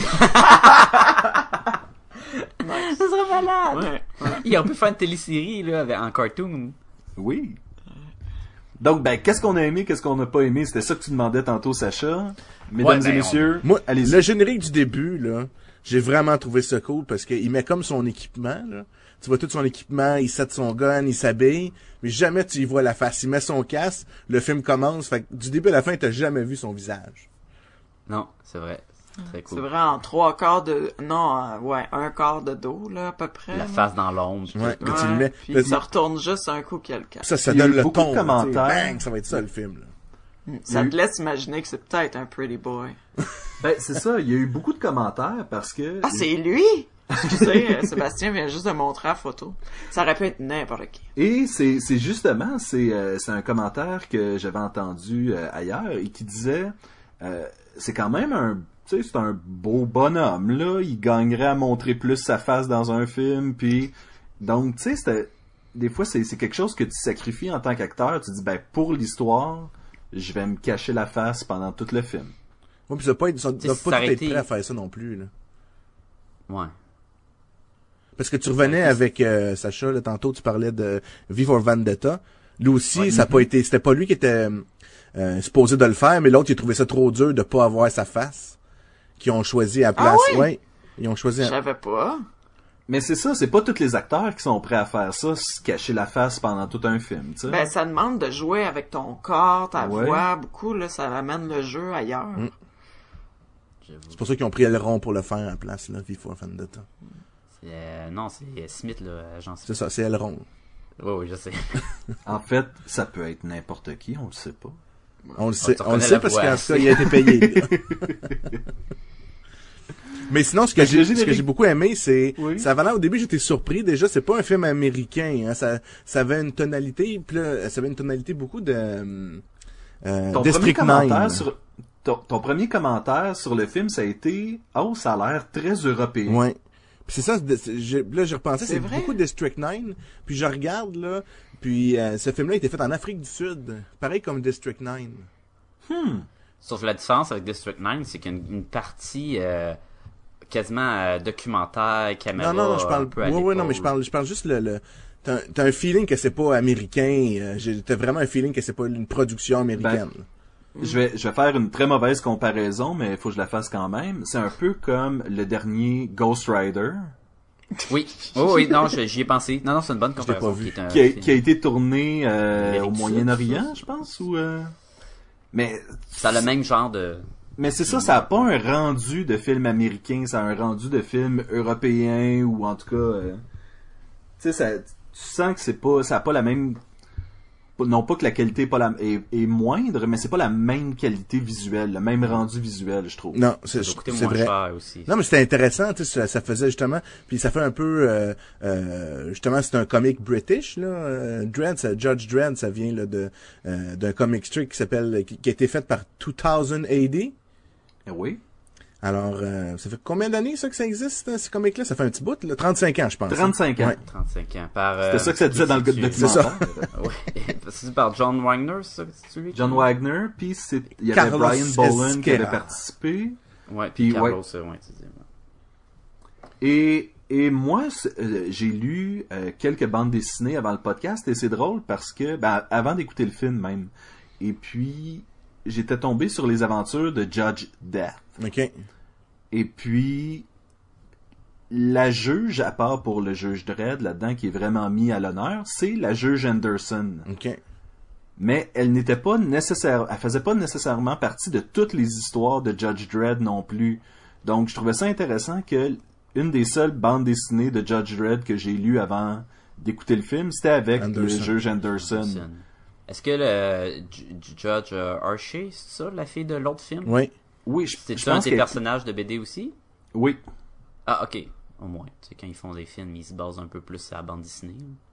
Ça serait malade! Ouais. Et on peut faire une télésérie, là, en cartoon. Oui. Donc, ben, qu'est-ce qu'on a aimé, qu'est-ce qu'on n'a pas aimé? C'était ça que tu demandais tantôt, Sacha. Mesdames Ouais, et ben, messieurs, Moi, allez-y. le générique du début, là, j'ai vraiment trouvé ça cool parce qu'il met comme son équipement, là. Tu vois tout son équipement, il set son gun, il s'habille, mais jamais tu y vois la face. Il met son casque, le film commence, fait que du début à la fin, t'as jamais vu son visage. Non, c'est vrai. C'est très C'est cool. vrai, en 3/4 de... Non, ouais, 1/4 de dos, là, à peu près. La là. face dans l'ombre. Ouais, quand Ouais, tu le mets. Puis là, il se retourne juste un coup qu'il y a le casque. ça Il y a donne eu le beaucoup de ton. là, tu sais. commentaires. Bang, ça va être ça, le film, là. Ça Il y a te laisse imaginer que c'est peut-être un pretty boy. Ben, c'est ça, il y a eu beaucoup de commentaires parce que... Ah, c'est lui! Excusez, Sébastien vient juste de montrer la photo. Ça aurait pu être n'importe qui. Et c'est justement, c'est un commentaire que j'avais entendu ailleurs et qui disait, c'est quand même un... Tu sais, c'est un beau bonhomme, là. Il gagnerait à montrer plus sa face dans un film, puis... Donc, tu sais, c'était... Des fois, c'est quelque chose que tu sacrifies en tant qu'acteur. Tu dis, ben, pour l'histoire, je vais me cacher la face pendant tout le film. Ouais, pis ça doit pas être, ça doit si pas ça tout aurait être été- prêt à faire ça non plus, là. Ouais. Parce que tu revenais avec Sacha, là, tantôt tu parlais de V for Vendetta. Lui aussi, ça a pas été, c'était pas lui qui était supposé de le faire, mais l'autre il a trouvé ça trop dur de pas avoir sa face. Qui ont choisi à place. oui? Ouais. Ils ont choisi. Je savais pas. Mais c'est ça, c'est pas tous les acteurs qui sont prêts à faire ça, se cacher la face pendant tout un film, tu sais. Ben, ça demande de jouer avec ton corps, ta Ouais. voix, beaucoup, là, ça amène le jeu ailleurs. C'est pour ça qu'ils ont pris Elron pour le faire à la place, là, V for Vendetta. Non, c'est Smith, là, agent Smith. C'est ça, c'est Elron. Oui, je sais. En fait, ça peut être n'importe qui, on le sait pas. On le sait, tu on le reconnais sait la parce voix. qu'en tout cas, il a été payé. Mais sinon, ce que Fait que le j'ai générique- beaucoup aimé, c'est, Oui. ça avait l'air, au début, j'étais surpris. Déjà, c'est pas un film américain, hein. Ça avait une tonalité, puis là, ça avait une tonalité beaucoup de, Ton premier District 9. commentaire sur ton premier commentaire sur le film, ça a été « Oh, ça a l'air très européen. » Ouais. Puis c'est ça, là, j'ai repensé, C'est c'est vrai? beaucoup District 9. Puis je regarde, là, puis ce film-là a été fait en Afrique du Sud. Pareil comme District 9. Sauf la différence avec District 9, c'est qu'il y a une partie quasiment documentaire, caméra, Non, je un parle, peu à ouais, non, mais l'épaule. je parle juste t'as un feeling que c'est pas américain, t'as vraiment un feeling que c'est pas une production américaine. Je vais faire une très mauvaise comparaison, mais il faut que je la fasse quand même. C'est un peu comme le dernier Ghost Rider, Oui, oui, non, j'y ai pensé. Non, c'est une bonne comparaison. pas vu. Qui est un qui a film. été tourné Amérique au du Moyen-Orient, Sud, je pense, ou... Mais Ça a le même genre de... Mais c'est ça, ça a pas un rendu de film américain, ça a un rendu de film européen, ou en tout cas... tu sais, tu sens que c'est pas... Ça a pas la même... Non pas que la qualité est moindre, mais c'est pas la même qualité visuelle, le même rendu visuel, je trouve. Non, Ça c'est doit coûter c'est moins vrai. cher aussi. Non, mais c'était intéressant, tu sais, ça faisait justement, puis ça fait un peu, justement, c'est un comic british, là, Dredd, Judge Dredd, ça vient, là, d'un comic strip qui a été fait par 2000 AD. Oui. Alors, ça fait combien d'années, ça, que ça existe, ce comic-là? Ça fait un petit bout, là, 35 ans, je pense. 35 ans. Ouais. 35 ans. Par, C'était ça que ça disait dans le documentaire. C'est ça. Ouais. C'est par John Wagner, c'est celui John Wagner, puis il y avait Carlos Brian Boland qui avait Esquerra. participé. Ouais, Puis, puis Carlos, ouais, tu dis. Et moi, j'ai lu quelques bandes dessinées avant le podcast, et c'est drôle parce que, avant d'écouter le film même, et puis j'étais tombé sur les aventures de Judge Death. OK. Et puis, la juge, à part pour le juge Dredd, là-dedans, qui est vraiment mis à l'honneur, c'est la juge Anderson. OK. Mais elle n'était pas elle faisait pas nécessairement partie de toutes les histoires de Judge Dredd non plus. Donc, je trouvais ça intéressant que une des seules bandes dessinées de Judge Dredd que j'ai lues avant d'écouter le film, c'était avec le Anderson. juge Anderson. Est-ce que le Judge Archie, c'est ça, la fille de l'autre film? Oui. Oui, je C'est un pense des que... personnages de BD aussi? Oui. Ah, ok. Au moins. Tu sais, quand ils font des films, ils se basent un peu plus sur la bande dessinée.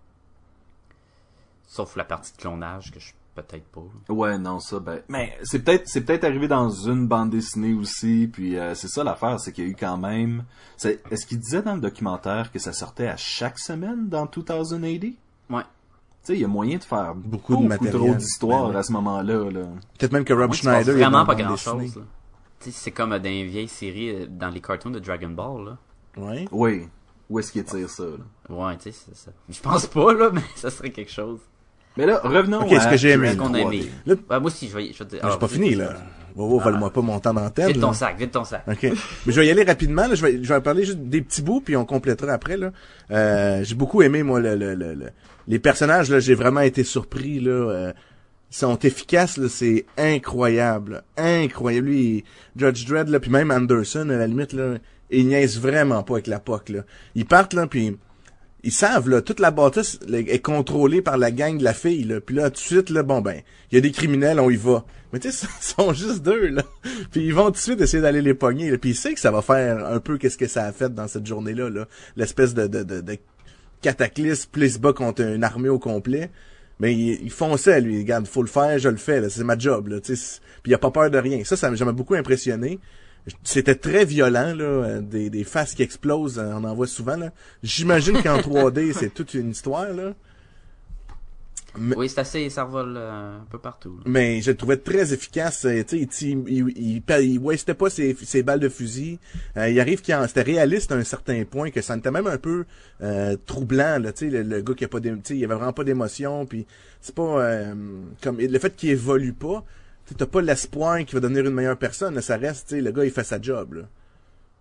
Sauf la partie de clonage que je peut-être pas. Ouais, non, ça, mais c'est peut-être arrivé dans une bande dessinée aussi, puis c'est ça l'affaire, c'est qu'il y a eu quand même... Est-ce qu'il disait dans le documentaire que ça sortait à chaque semaine dans 2000 AD? Ouais. Tu sais, il y a moyen de faire Beaucoup de matériel. trop d'histoires Ben oui. à ce moment-là, là. Peut-être même que Rob Moi, il se passe Schneider, il a vraiment dans pas la bande grand-chose. dessinée. Là. Tu sais, c'est comme dans les vieilles séries, dans les cartoons de Dragon Ball, là. Ouais. Oui. Où est-ce qu'il tire ça, là? Ouais, tu sais, c'est ça. Je pense pas, là, mais ça serait quelque chose. Mais là, revenons Ok, ce que j'ai aimé. Qu'est-ce qu'on a aimé? Là- Ouais, moi aussi, je vais te dire. Mais j'ai pas fini, là. Wow, vole-moi pas mon temps d'antenne. Vite là. vide ton sac. OK. Mais je vais y aller rapidement. Là. Je vais parler juste des petits bouts, puis on complétera après. Là. J'ai beaucoup aimé, moi, les personnages. Là, j'ai vraiment été surpris. Là. Ils sont efficaces. Là, c'est incroyable. Incroyable. Lui, Judge Dredd, là, puis même Anderson, à la limite, là, ils niaisent vraiment pas avec la POC. Là. Ils partent, là, puis... Ils savent, là, toute la bâtisse est contrôlée par la gang de la fille, là. Puis là, tout de suite, là, bon, ben, il y a des criminels, on y va. Mais tu sais, ils sont juste deux, là. Puis ils vont tout de suite essayer d'aller les pogner, là. Puis ils savent que ça va faire un peu qu'est-ce que ça a fait dans cette journée-là, là. L'espèce de cataclysme, puis ils se bat contre une armée au complet. Mais ils font ça, lui. Regarde, faut le faire, je le fais, là. C'est ma job, là. Tu sais, puis il a pas peur de rien. Ça m'a beaucoup impressionné. C'était très violent, là, des faces qui explosent, on en voit souvent, là. J'imagine qu'en 3D, c'est toute une histoire, là. Oui, c'est assez, ça revole un peu partout. Là. Mais je le trouvais très efficace, tu sais, il wastait pas ses balles de fusil. Il arrive c'était réaliste à un certain point, que ça était même un peu troublant, là, tu sais, le gars qui a pas tu sais, il avait vraiment pas d'émotion, puis c'est pas comme le fait qu'il évolue pas. T'as pas l'espoir qu'il va devenir une meilleure personne, là, ça reste, tu sais, le gars il fait sa job, là.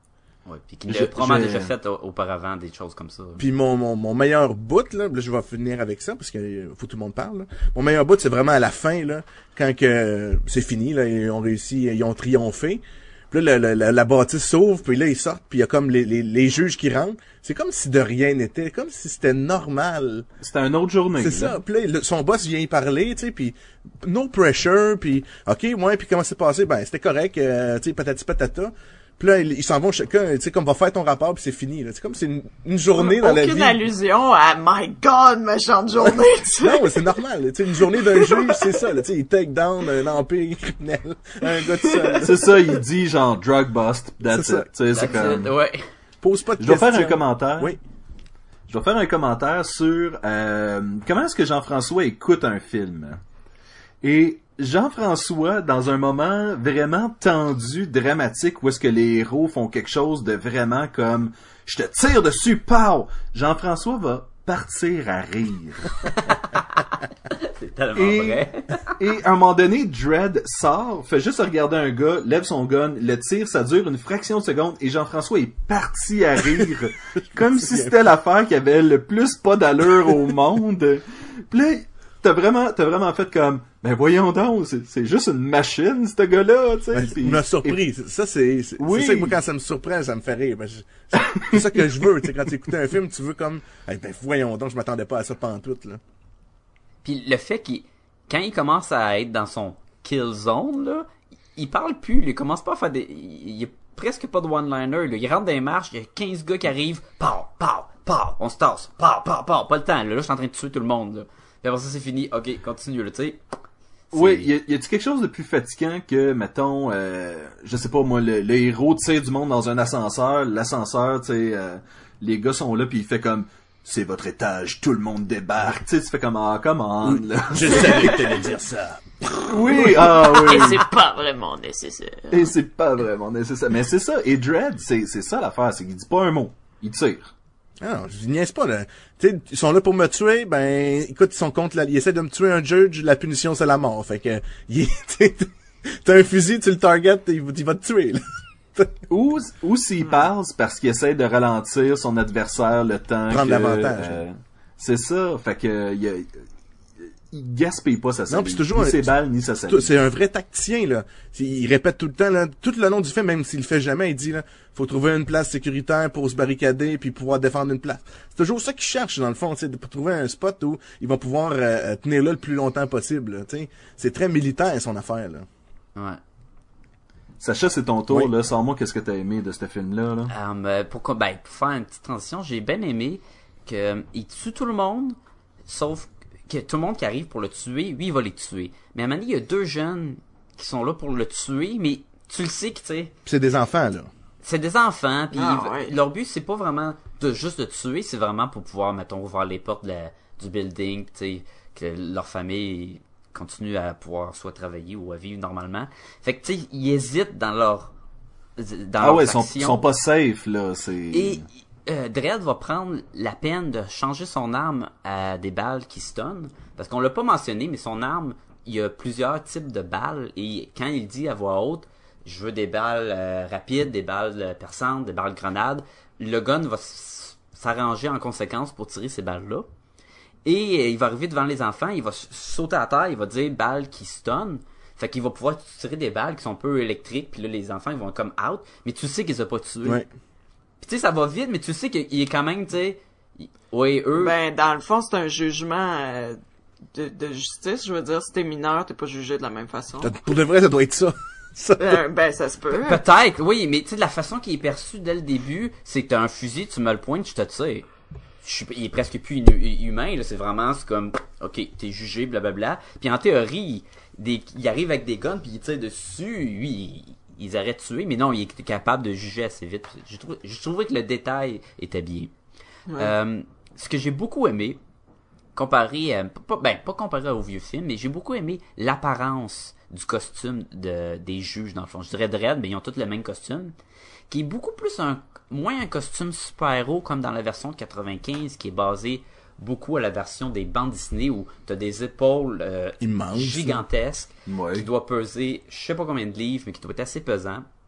Ouais, puis qu'il a probablement déjà fait auparavant des choses comme ça. Puis mon meilleur bout, là je vais finir avec ça, parce que faut que tout le monde parle, là. Mon meilleur bout, c'est vraiment à la fin, là, quand que c'est fini, là, ils ont réussi, ils ont triomphé. Puis là, la bâtisse s'ouvre, puis là, ils sortent, puis il y a comme les juges qui rentrent. C'est comme si de rien n'était, comme si c'était normal. C'était une autre journée. C'est ça. Puis là, son boss vient y parler, tu sais, puis no pressure, puis OK, ouais, puis comment c'est passé? Ben, c'était correct, tu sais, patati patata. Puis là, ils s'en vont chacun, tu sais, comme va faire ton rapport, puis c'est fini, là. C'est comme c'est une journée dans la vie. Aucune allusion à My God, méchante journée, tu sais. Non, c'est normal, tu sais, une journée d'un juge, c'est ça, là, tu sais, il take down un empire criminel, un gars de ça. C'est ça, il dit genre drug bust, that's C'est ça. it. Tu sais, c'est comme... Ouais. Pose pas de Je dois questions. faire un commentaire. Oui. Je dois faire un commentaire sur comment est-ce que Jean-François écoute un film. Et Jean-François, dans un moment vraiment tendu, dramatique, où est-ce que les héros font quelque chose de vraiment comme « Je te tire dessus, pow! » Jean-François va partir à rire. C'est tellement vrai. Et à un moment donné, Dredd sort, fait juste regarder un gars, lève son gun, le tire, ça dure une fraction de seconde, et Jean-François est parti à rire, comme si c'était l'affaire qui avait le plus pas d'allure au monde. Puis là, t'as vraiment fait comme, ben voyons donc, c'est juste une machine, ce gars-là, tu sais. Ben, il m'a surpris. Ça, c'est Oui. ça que moi, quand ça me surprend, ça me fait rire. Ben, c'est ça que je veux, tu sais, quand tu écoutes un film, tu veux comme, ben voyons donc, je m'attendais pas à ça pantoute, là. Puis le fait quand il commence à être dans son kill zone, là, il parle plus, il commence pas à faire il y a presque pas de one-liner, là. Il rentre dans les marches, il y a 15 gars qui arrivent, pow, pow, pow, on se tasse, pow, pow, pow, pas le temps, là, je suis en train de tuer tout le monde, là. Puis après ça, c'est fini, ok, continue, là, tu sais. Oui, y a-t-il quelque chose de plus fatigant que, mettons, je sais pas moi, le héros tire du monde dans un ascenseur, l'ascenseur, tu sais, les gars sont là puis il fait comme, c'est votre étage, tout le monde débarque, tu sais, tu fais comme, ah, come on, là. Je savais que t'allais dire ça. Oui, ah oui. Et c'est pas vraiment nécessaire. Et c'est pas vraiment nécessaire. Mais c'est ça, et Dredd, c'est ça l'affaire, c'est qu'il dit pas un mot, il tire. Ah non, je niaise pas, là. Tu sais, ils sont là pour me tuer, ben, écoute, ils sont contre ils essaient de me tuer un judge, la punition c'est la mort. Fait que, t'as un fusil, tu le target, il va te tuer, là. Ou s'il parle, c'est parce qu'il essaie de ralentir son adversaire le temps Prendre que... l'avantage. C'est ça, fait que il gaspille pas sa salive. puis c'est toujours ni ses balles, ni sa salive. C'est un vrai tacticien, là. Il répète tout le temps, là, tout le long du film, même s'il le fait jamais, il dit, là, faut trouver une place sécuritaire pour se barricader puis pouvoir défendre une place. C'est toujours ça qu'il cherche, dans le fond, tu sais, pour trouver un spot où ils vont pouvoir tenir là le plus longtemps possible, là, tu sais. C'est très militaire, son affaire, là. Ouais. Sacha, c'est ton tour, Oui. là. Sors-moi qu'est-ce que t'as aimé de ce film-là, là. Pour faire une petite transition, j'ai bien aimé il tue tout le monde, sauf que tout le monde qui arrive pour le tuer, lui, il va les tuer. Mais à un moment donné, il y a deux jeunes qui sont là pour le tuer, mais tu le sais que, tu sais, Puis c'est des enfants, là. c'est des enfants, puis Ouais. leur but, c'est pas vraiment juste de tuer, c'est vraiment pour pouvoir, mettons, ouvrir les portes du building, tu sais, que leur famille continue à pouvoir soit travailler ou à vivre normalement. Fait que, tu sais, ils hésitent dans leurs Ouais, actions. ils sont pas safe, là. C'est... Et Dredd va prendre la peine de changer son arme à des balles qui stun, parce qu'on l'a pas mentionné, mais son arme, il y a plusieurs types de balles, et quand il dit à voix haute, je veux des balles rapides, des balles perçantes, des balles grenades, le gun va s'arranger en conséquence pour tirer ces balles-là. Et il va arriver devant les enfants, il va sauter à terre, il va dire balles qui stun. Fait qu'il va pouvoir tirer des balles qui sont un peu électriques, puis là les enfants ils vont comme out, mais tu sais qu'ils ont pas tué. Ouais. Puis tu sais ça va vite, mais tu sais qu'il est quand même, tu sais, ouais eux. Ben, dans le fond, c'est un jugement de justice. Je veux dire, si t'es mineur, t'es pas jugé de la même façon. Pour de vrai, ça doit être ça. Ça- Ben, ça se peut. Peut-être, oui, mais tu sais la façon qu'il est perçu dès le début, c'est que t'as un fusil, tu me le pointes, je te tire. Il est presque plus humain, là, c'est vraiment, c'est comme, ok, t'es jugé, blablabla. Puis en théorie, il arrive avec des guns, puis il tire dessus, lui, ils auraient tué, mais non, il est capable de juger assez vite. J'ai trouvé que le détail était bien. Ouais. Ce que j'ai beaucoup aimé, comparé, pas comparé au vieux film, mais j'ai beaucoup aimé l'apparence du costume des juges, dans le fond. Je dirais Dredd, mais ils ont tous le même costume, qui est beaucoup plus moins un costume super-héros comme dans la version de 95, qui est basé beaucoup à la version des bandes dessinées où t'as des épaules Immenses, gigantesques Ouais. qui doit peser je sais pas combien de livres mais qui doit être assez pesant.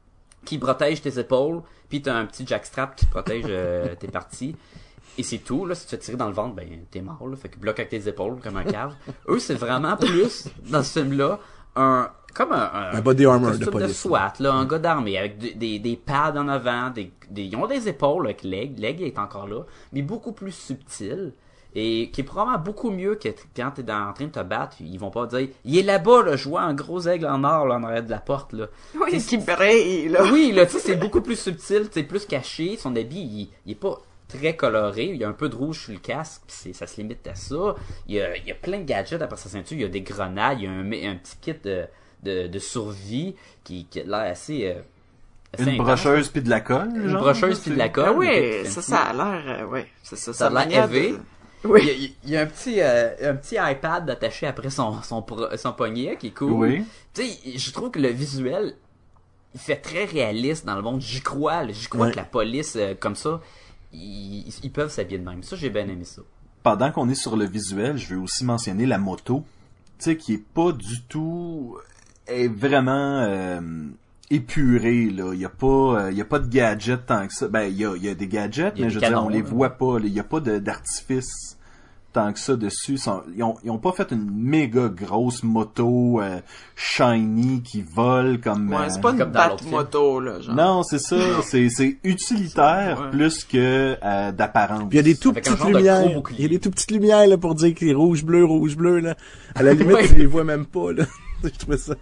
qui protège tes épaules, puis t'as un petit jackstrap qui protège tes parties. Et c'est tout, là. Si tu te fais tirer dans le ventre, ben, t'es mort, là. Fait que bloque avec tes épaules, comme un cave. Eux, c'est vraiment plus, dans ce film-là, un body armor de costume police. de SWAT, là. Un gars d'armée, avec des pads en avant, ils ont des épaules avec Leg est encore là, mais beaucoup plus subtil. Et qui est probablement beaucoup mieux que quand t'es en train de te battre, ils vont pas dire, il est là-bas, là, je vois un gros aigle en or, là, en arrière de la porte, là. Oui, qui brille, là. Oui, là, tu sais, c'est beaucoup plus subtil, c'est plus caché, son habit, il est pas très coloré, il y a un peu de rouge sur le casque, pis ça se limite à ça. Il y a plein de gadgets après sa ceinture, il y a des grenades, il y a un petit kit de survie qui a l'air assez Une intense. brocheuse puis de la colle, Une genre, brocheuse c'est- puis de la colle. Ah oui, mais ça a l'air, oui, c'est ça. Ça a sa l'air manière élevé. de- Oui. Il y a un petit iPad attaché après son poignet qui est cool. Oui. Tu sais, je trouve que le visuel, il fait très réaliste dans le monde. J'y crois, là. J'y crois Ouais. que la police, comme ça, ils peuvent s'habiller de même. Ça, j'ai bien aimé ça. Pendant qu'on est sur le visuel, je vais aussi mentionner la moto, tu sais, qui est pas du tout, est vraiment épurée, là. Il y a pas de gadgets tant que ça. Ben, il y a des gadgets, Il y a mais des je veux dire, canons, on les là. voit pas, là. Il y a pas d'artifice tant que ça dessus. Ils ont pas fait une méga grosse moto shiny qui vole comme... Ouais, c'est pas une comme dans l'autre moto, là, genre. Non, c'est ça. C'est utilitaire Ouais. plus que d'apparence. Puis il y a des tout Avec un petites genre de gros lumières. bouclier. Il y a des tout petites lumières là pour dire que c'est rouge, bleu, là. À la limite, Ouais. tu les vois même pas, là. Je trouvais ça.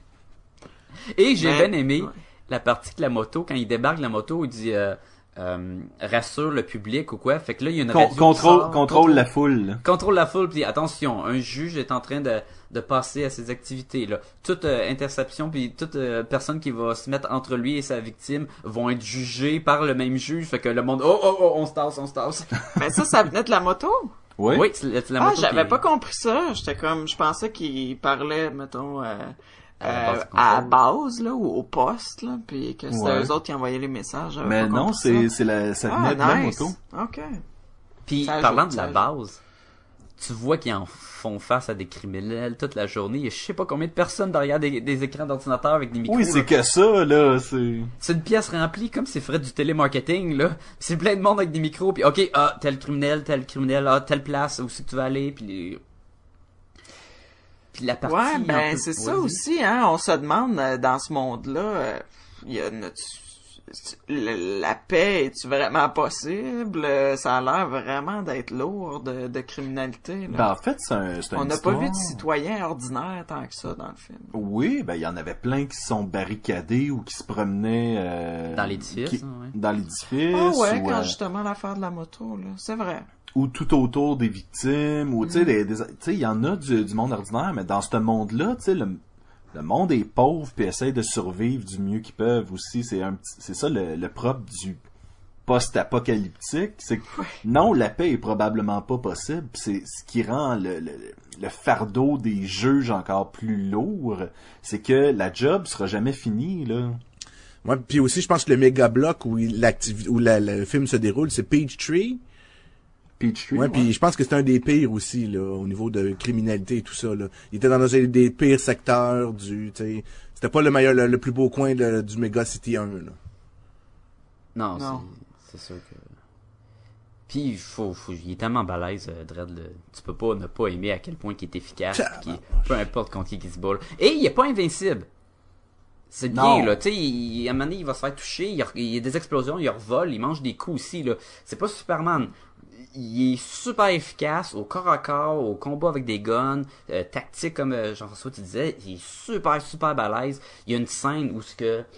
Et j'ai Mais- bien aimé ouais. la partie que la moto, quand il débarque la moto, il dit rassure le public ou quoi. Fait que là, il y a une radio qui sort. Contrôle la foule, là. Contrôle la foule, puis attention, un juge est en train de passer à ses activités. Là. Toute interception, puis toute personne qui va se mettre entre lui et sa victime vont être jugées par le même juge. Fait que le monde, oh, on se tasse. Mais ça venait de la moto? Oui. Oui, c'est la Ah, moto j'avais qui- pas compris ça. Je pensais qu'il parlait, mettons, À la base de à la contrôle. base, là, ou au poste, là, puis que c'était Ouais. eux autres qui envoyaient les messages. J'avais Mais pas non, compris ça. ça venait de la Nice. moto. OK. Puis, Ça ajoute, parlant de ça la ajoute. base, tu vois qu'ils en font face à des criminels toute la journée. Il y a je sais pas combien de personnes derrière des écrans d'ordinateur avec des micros. Oui, là. c'est que ça, là, c'est... C'est une pièce remplie comme c'est ferait du télémarketing, là. C'est plein de monde avec des micros, puis ok, tel criminel, telle place, où c'est que tu vas aller, puis la partie... Ouais, un ben peu- c'est ça vas-y. aussi, hein. On se demande dans ce monde-là, il y a la paix est-tu vraiment possible? Ça a l'air vraiment d'être lourd de criminalité. Là. Ben, en fait, c'est On une n'a pas vu de histoire. citoyens ordinaires tant que ça dans le film. Oui, ben, il y en avait plein qui se sont barricadés ou qui se promenaient... Dans l'édifice, qui- hein, ouais. Dans l'édifice. Ah ouais, ou, quand justement l'affaire de la moto, là. C'est vrai. ou tout autour des victimes, ou, tu sais, tu sais, il y en a du monde ordinaire, mais dans ce monde-là, tu sais, le monde est pauvre puis essaie de survivre du mieux qu'ils peuvent aussi. C'est ça le propre du post-apocalyptique. C'est que, non, la paix est probablement pas possible. Pis c'est ce qui rend le fardeau des juges encore plus lourd. C'est que la job sera jamais finie, là. Ouais, puis aussi, je pense que le méga bloc où le film se déroule, c'est Peachtree. Peachtree. Ouais, puis je pense que c'est un des pires aussi, là, au niveau de criminalité et tout ça, là. Il était dans un des pires secteurs tu sais. C'était pas le meilleur, le plus beau coin du Mega City 1, là. Non, Non. c'est sûr que... Puis, il est tellement balèze, Dredd, là. Tu peux pas ne pas aimer à quel point il est efficace, peu importe contre qui se bat, là. Et il est pas invincible. C'est bien, Non. là, tu sais, à un moment donné, il va se faire toucher, il y a des explosions, il revole, il mange des coups aussi, là. C'est pas Superman. Il est super efficace au corps à corps, au combat avec des guns, tactique comme Jean-François tu disais, il est super balèze. Il y a une scène où ce que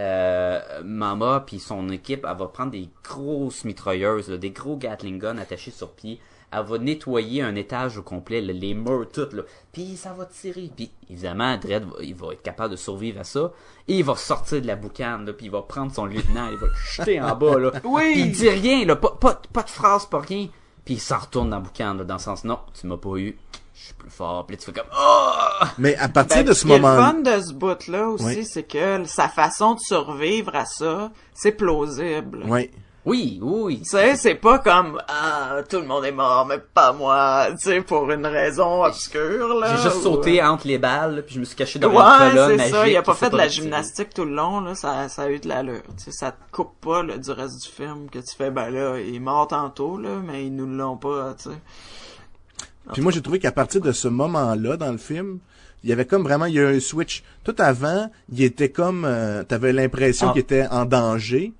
Mama puis son équipe, elle va prendre des grosses mitrailleuses, là, des gros Gatling guns attachés sur pied. Elle va nettoyer un étage au complet, là, les murs, tout, là. Puis ça va tirer. Puis évidemment, Dredd, il va être capable de survivre à ça. Et il va sortir de la boucane, là, puis il va prendre son lieutenant, il va le jeter en bas, là. Oui! Puis il dit rien, là, pas de phrase, pas rien. Puis il s'en retourne dans la boucane, là, dans le sens, non, tu m'as pas eu, je suis plus fort. Puis là, tu fais comme, oh! Mais à partir de ce Le moment, fun de ce bout-là aussi, Oui. c'est que sa façon de survivre à ça, c'est plausible. ouais. Oui, oui. Tu sais, c'est pas comme tout le monde est mort, mais pas moi, tu sais, pour une raison obscure, là. J'ai juste sauté entre les balles, là, puis je me suis caché dans une Ouais, colonne c'est magique. ça, il a pas qui fait s'est de la retiré. gymnastique tout le long, là, ça a eu de l'allure, tu sais, ça te coupe pas, là, du reste du film, que tu fais, ben là, il est mort tantôt, là, mais ils nous l'ont pas, tu sais. Puis moi, j'ai trouvé qu'à partir de ce moment-là, dans le film, il y avait comme vraiment, il y a eu un switch. Tout avant, il était comme, t'avais l'impression qu'il était en danger.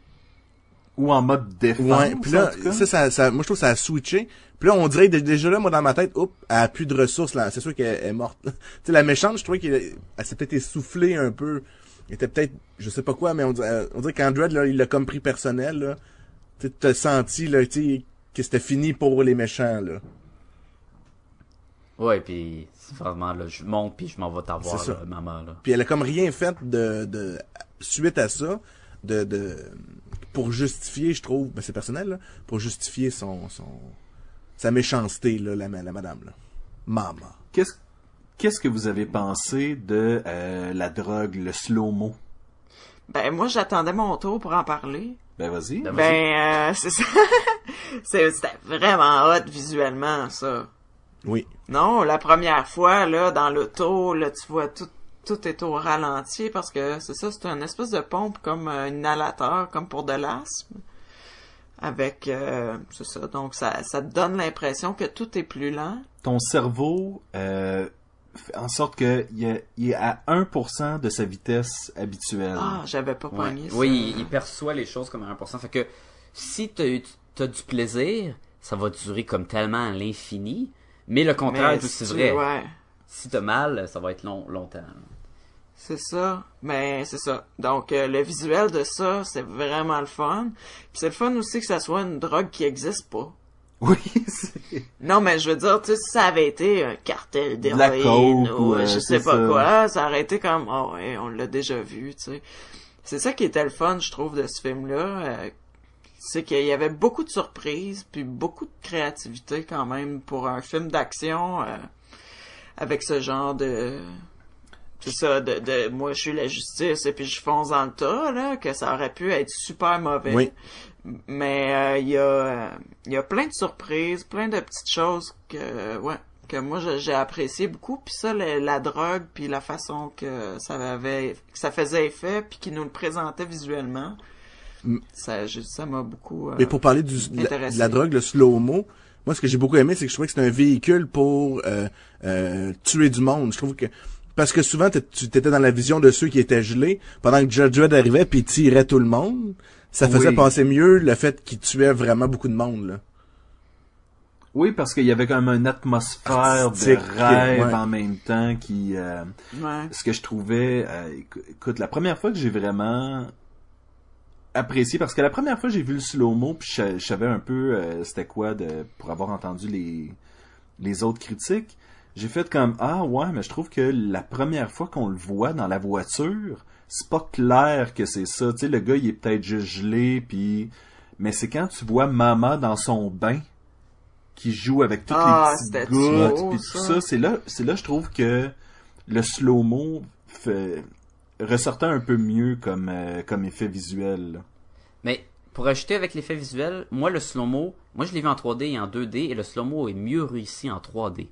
Ou en mode défense, Ouais, puis là, en tout cas. ça, moi, je trouve que ça a switché. Puis là, on dirait, déjà là, moi, dans ma tête, oups, elle a plus de ressources, là. C'est sûr qu'elle est morte. Tu sais, la méchante, je trouvais qu'elle s'est peut-être essoufflée un peu. Elle était peut-être, je sais pas quoi, mais on dirait qu'Andred, là, il l'a comme pris personnel, là. Tu sais, t'as senti, là, tu sais, que c'était fini pour les méchants, là. Ouais, puis c'est vraiment, là, je monte puis je m'en vais t'avoir, C'est ça. là, maman, là. Puis elle a comme rien fait de suite à ça, pour justifier, je trouve, ben c'est personnel, là, pour justifier sa méchanceté, là, la madame, là. Maman. Qu'est-ce que vous avez pensé de la drogue, le slow-mo? Ben, moi, j'attendais mon tour pour en parler. Ben vas-y. Ben, Ben, c'est ça. C'était vraiment hot visuellement, ça. Oui. Non, la première fois, là, dans l'auto, là, tu vois tout est au ralenti parce que c'est ça, c'est une espèce de pompe comme un inhalateur, comme pour de l'asthme. Avec, c'est ça, donc ça te donne l'impression que tout est plus lent. Ton cerveau fait en sorte que il est à 1% de sa vitesse habituelle. Ah, j'avais pas Ouais. pogné ça. Oui, il perçoit les choses comme à 1%. Fait que si t'as du plaisir, ça va durer comme tellement à l'infini. Mais le contraire Mais est aussi si vrai. Ouais. Si t'as mal, ça va être longtemps. C'est ça, mais c'est ça. Donc, le visuel de ça, c'est vraiment le fun. Puis c'est le fun aussi que ça soit une drogue qui existe pas. Oui, c'est... Non, mais je veux dire, tu sais, si ça avait été un cartel De la d'héroïne coke ou ou, je c'est sais pas ça. quoi, ça aurait été comme, oh ouais, on l'a déjà vu, tu sais. C'est ça qui était le fun, je trouve, de ce film-là. C'est qu'il y avait beaucoup de surprises, puis beaucoup de créativité quand même pour un film d'action avec ce genre de... C'est ça, de moi je suis la justice et puis je fonce dans le tas, là, que ça aurait pu être super mauvais. Oui. Mais il y a plein de surprises, plein de petites choses que moi j'ai apprécié beaucoup. Puis ça, la drogue, puis la façon que ça faisait effet, puis qu'ils nous le présentait visuellement, ça m'a beaucoup Mais pour parler de intéressé. la drogue, le slow-mo, moi, ce que j'ai beaucoup aimé, c'est que je trouvais que c'était un véhicule pour tuer du monde. Je trouve que parce que souvent, tu étais dans la vision de ceux qui étaient gelés, pendant que Judge Dredd arrivait puis il tirait tout le monde. Ça faisait Oui. passer mieux le fait qu'il tuait vraiment beaucoup de monde, là. Oui, parce qu'il y avait quand même une atmosphère Artistique, de rêve ouais. en même temps qui... Ouais. ce que je trouvais... écoute, la première fois que j'ai vraiment apprécié, parce que la première fois j'ai vu le slow-mo, puis je savais un peu c'était quoi pour avoir entendu les autres critiques, j'ai fait comme, ah ouais, mais je trouve que la première fois qu'on le voit dans la voiture, c'est pas clair que c'est ça. Tu sais, le gars, il est peut-être juste gelé, puis... Mais c'est quand tu vois Mama dans son bain, qui joue avec toutes les c'était petites gouttes, beau, puis tout ça. ça, c'est là, je trouve que le slow-mo ressortait un peu mieux comme effet visuel, là. Mais pour ajouter avec l'effet visuel, moi le slow-mo, moi je l'ai vu en 3D et en 2D et le slow-mo est mieux réussi en 3D.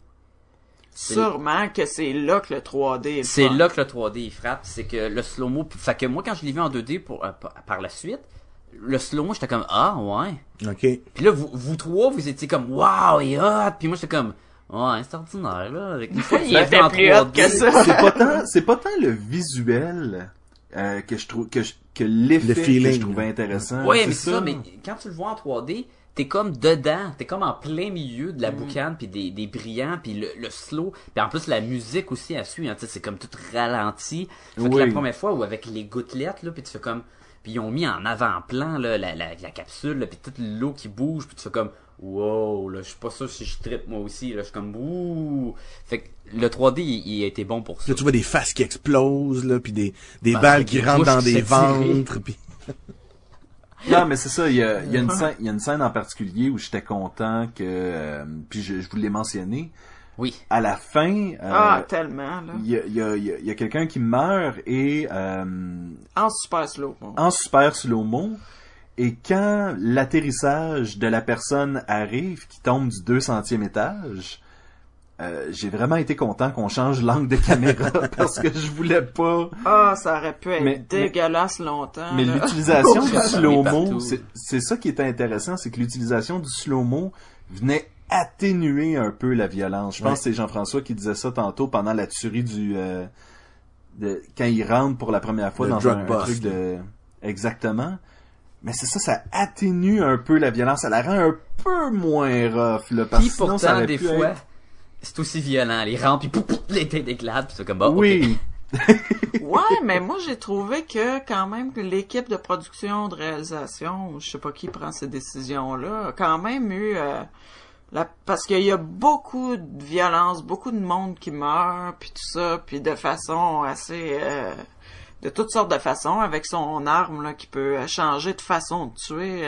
Sûrement que c'est là que le 3D est le C'est fun. là que le 3D il frappe, c'est que le slow-mo, fait que moi quand je l'ai vu en 2D par la suite, le slow-mo j'étais comme ah ouais. OK. Puis là vous trois vous étiez comme waouh et hot, puis moi j'étais comme ouais c'est ordinaire là. Avec une fois qu'il Il est fait était en plus hot 3D. que ça. C'est pas tant le visuel que je trouve que l'effet Le que feeling. je trouvais intéressant. Ouais, mais c'est ça, mais quand tu le vois en 3D, t'es comme dedans, t'es comme en plein milieu Mm. de la boucane, puis des brillants, puis le slow, puis en plus la musique aussi à suit, hein, tu sais, c'est comme tout ralenti. Fait que Oui. la première fois, ou avec les gouttelettes, là, puis tu fais comme... Puis ils ont mis en avant-plan, là, la capsule, là, puis toute l'eau qui bouge, puis tu fais comme... Wow, là, je suis pas sûr si je trippe moi aussi, là, je suis comme... Ouh. Fait que le 3D, il a été bon pour ça. Là, tu vois des faces qui explosent, là, puis des Ben, balles avec qui les rentrent bouches dans qui des s'étirent. ventres, puis... Non, mais c'est ça, il y a une scène en particulier où j'étais content que puis je vous l'ai mentionné. Oui. À la fin, Tellement, là. il y a quelqu'un qui meurt et En super slow. Bon. en super slow-mo Et quand l'atterrissage de la personne arrive, qui tombe du 200e étage, j'ai vraiment été content qu'on change l'angle de caméra parce que je voulais pas... Ah, ça aurait pu être dégueulasse longtemps. Mais là. l'utilisation du slow-mo, partout. c'est ça qui était intéressant, c'est que l'utilisation du slow-mo venait atténuer un peu la violence. Je pense que c'est Jean-François qui disait ça tantôt pendant la tuerie quand il rentre pour la première fois Le dans un truc de... Exactement. Mais c'est ça, ça atténue un peu la violence, ça la rend un peu moins rough, là, parce Puis que sinon, ça pourtant, aurait des pu fois, être- c'est aussi violent. Les rampes, puis pouf, pouf, les têtes éclatent, puis c'est comme, bon, Oui. Ouais, mais moi j'ai trouvé que quand même que l'équipe de production, de réalisation, je sais pas qui prend ces décisions-là, a quand même eu parce qu'il y a beaucoup de violence, beaucoup de monde qui meurt, puis tout ça, puis de façon assez de toutes sortes de façons, avec son arme là qui peut changer de façon de tuer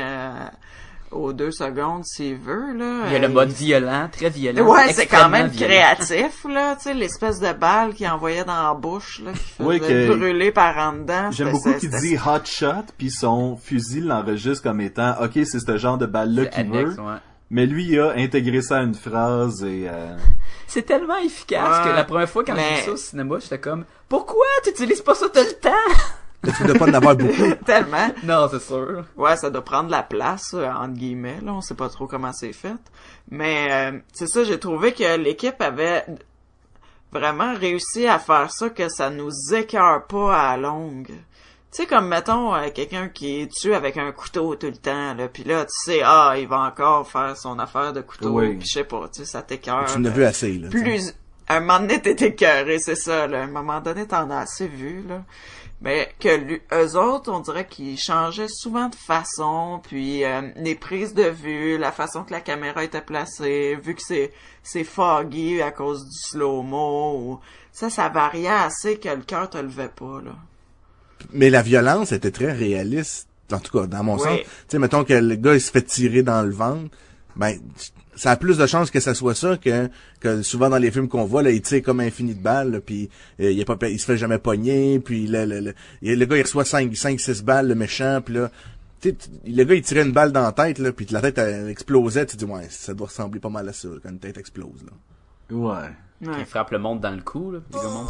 aux 2 secondes s'il veut là. Il y a le mode violent, très violent. Ouais, c'est quand même extrêmement violent. créatif, là, tu sais, l'espèce de balle qu'il envoyait dans la bouche, là, qui faisait Oui, que- brûler par en dedans. J'aime beaucoup qu'il dit hot shot, puis son fusil l'enregistre comme étant, ok, c'est ce genre de balle-là C'est qu'il annexe, veut. ouais. Mais lui, il a intégré ça à une phrase et... C'est tellement efficace Ouais, que la première fois quand j'ai mais- vu ça au cinéma, j'étais comme, pourquoi t'utilises pas ça tout le temps? Le truc de pas en avoir beaucoup. Tellement. Non, c'est sûr. Ouais, ça doit prendre la place, entre guillemets, là, on sait pas trop comment c'est fait. Mais, c'est ça, j'ai trouvé que l'équipe avait vraiment réussi à faire ça, que ça nous écœure pas à la longue. Tu sais, comme, mettons, quelqu'un qui tue avec un couteau tout le temps, là, pis là, tu sais, il va encore faire son affaire de couteau, Oui. pis je sais pas, tu sais, ça t'écœure. Tu en as vu assez, là. Plus, à un moment donné, t'es écœuré, c'est ça, là. À un moment donné, t'en as assez vu, là. Mais que eux autres, on dirait qu'ils changeaient souvent de façon, puis les prises de vue, la façon que la caméra était placée, vu que c'est foggy à cause du slow-mo, ça variait assez que le cœur te levait pas, là. Mais la violence était très réaliste, en tout cas, dans mon Oui. sens. Tu sais, mettons que le gars, il se fait tirer dans le ventre, ben, ça a plus de chances que ça soit ça que souvent dans les films qu'on voit, là, il tire comme infini de balles, là, puis il se fait jamais pogner, puis le gars, il reçoit 5-6 balles, le méchant, puis là, tu sais, le gars, il tirait une balle dans la tête, là, puis la tête, elle explosait, tu te dis, ouais, ça doit ressembler pas mal à ça, quand une tête explose, là. Ouais. Ouais. Il frappe le monde dans le cou, là. Puis le monde,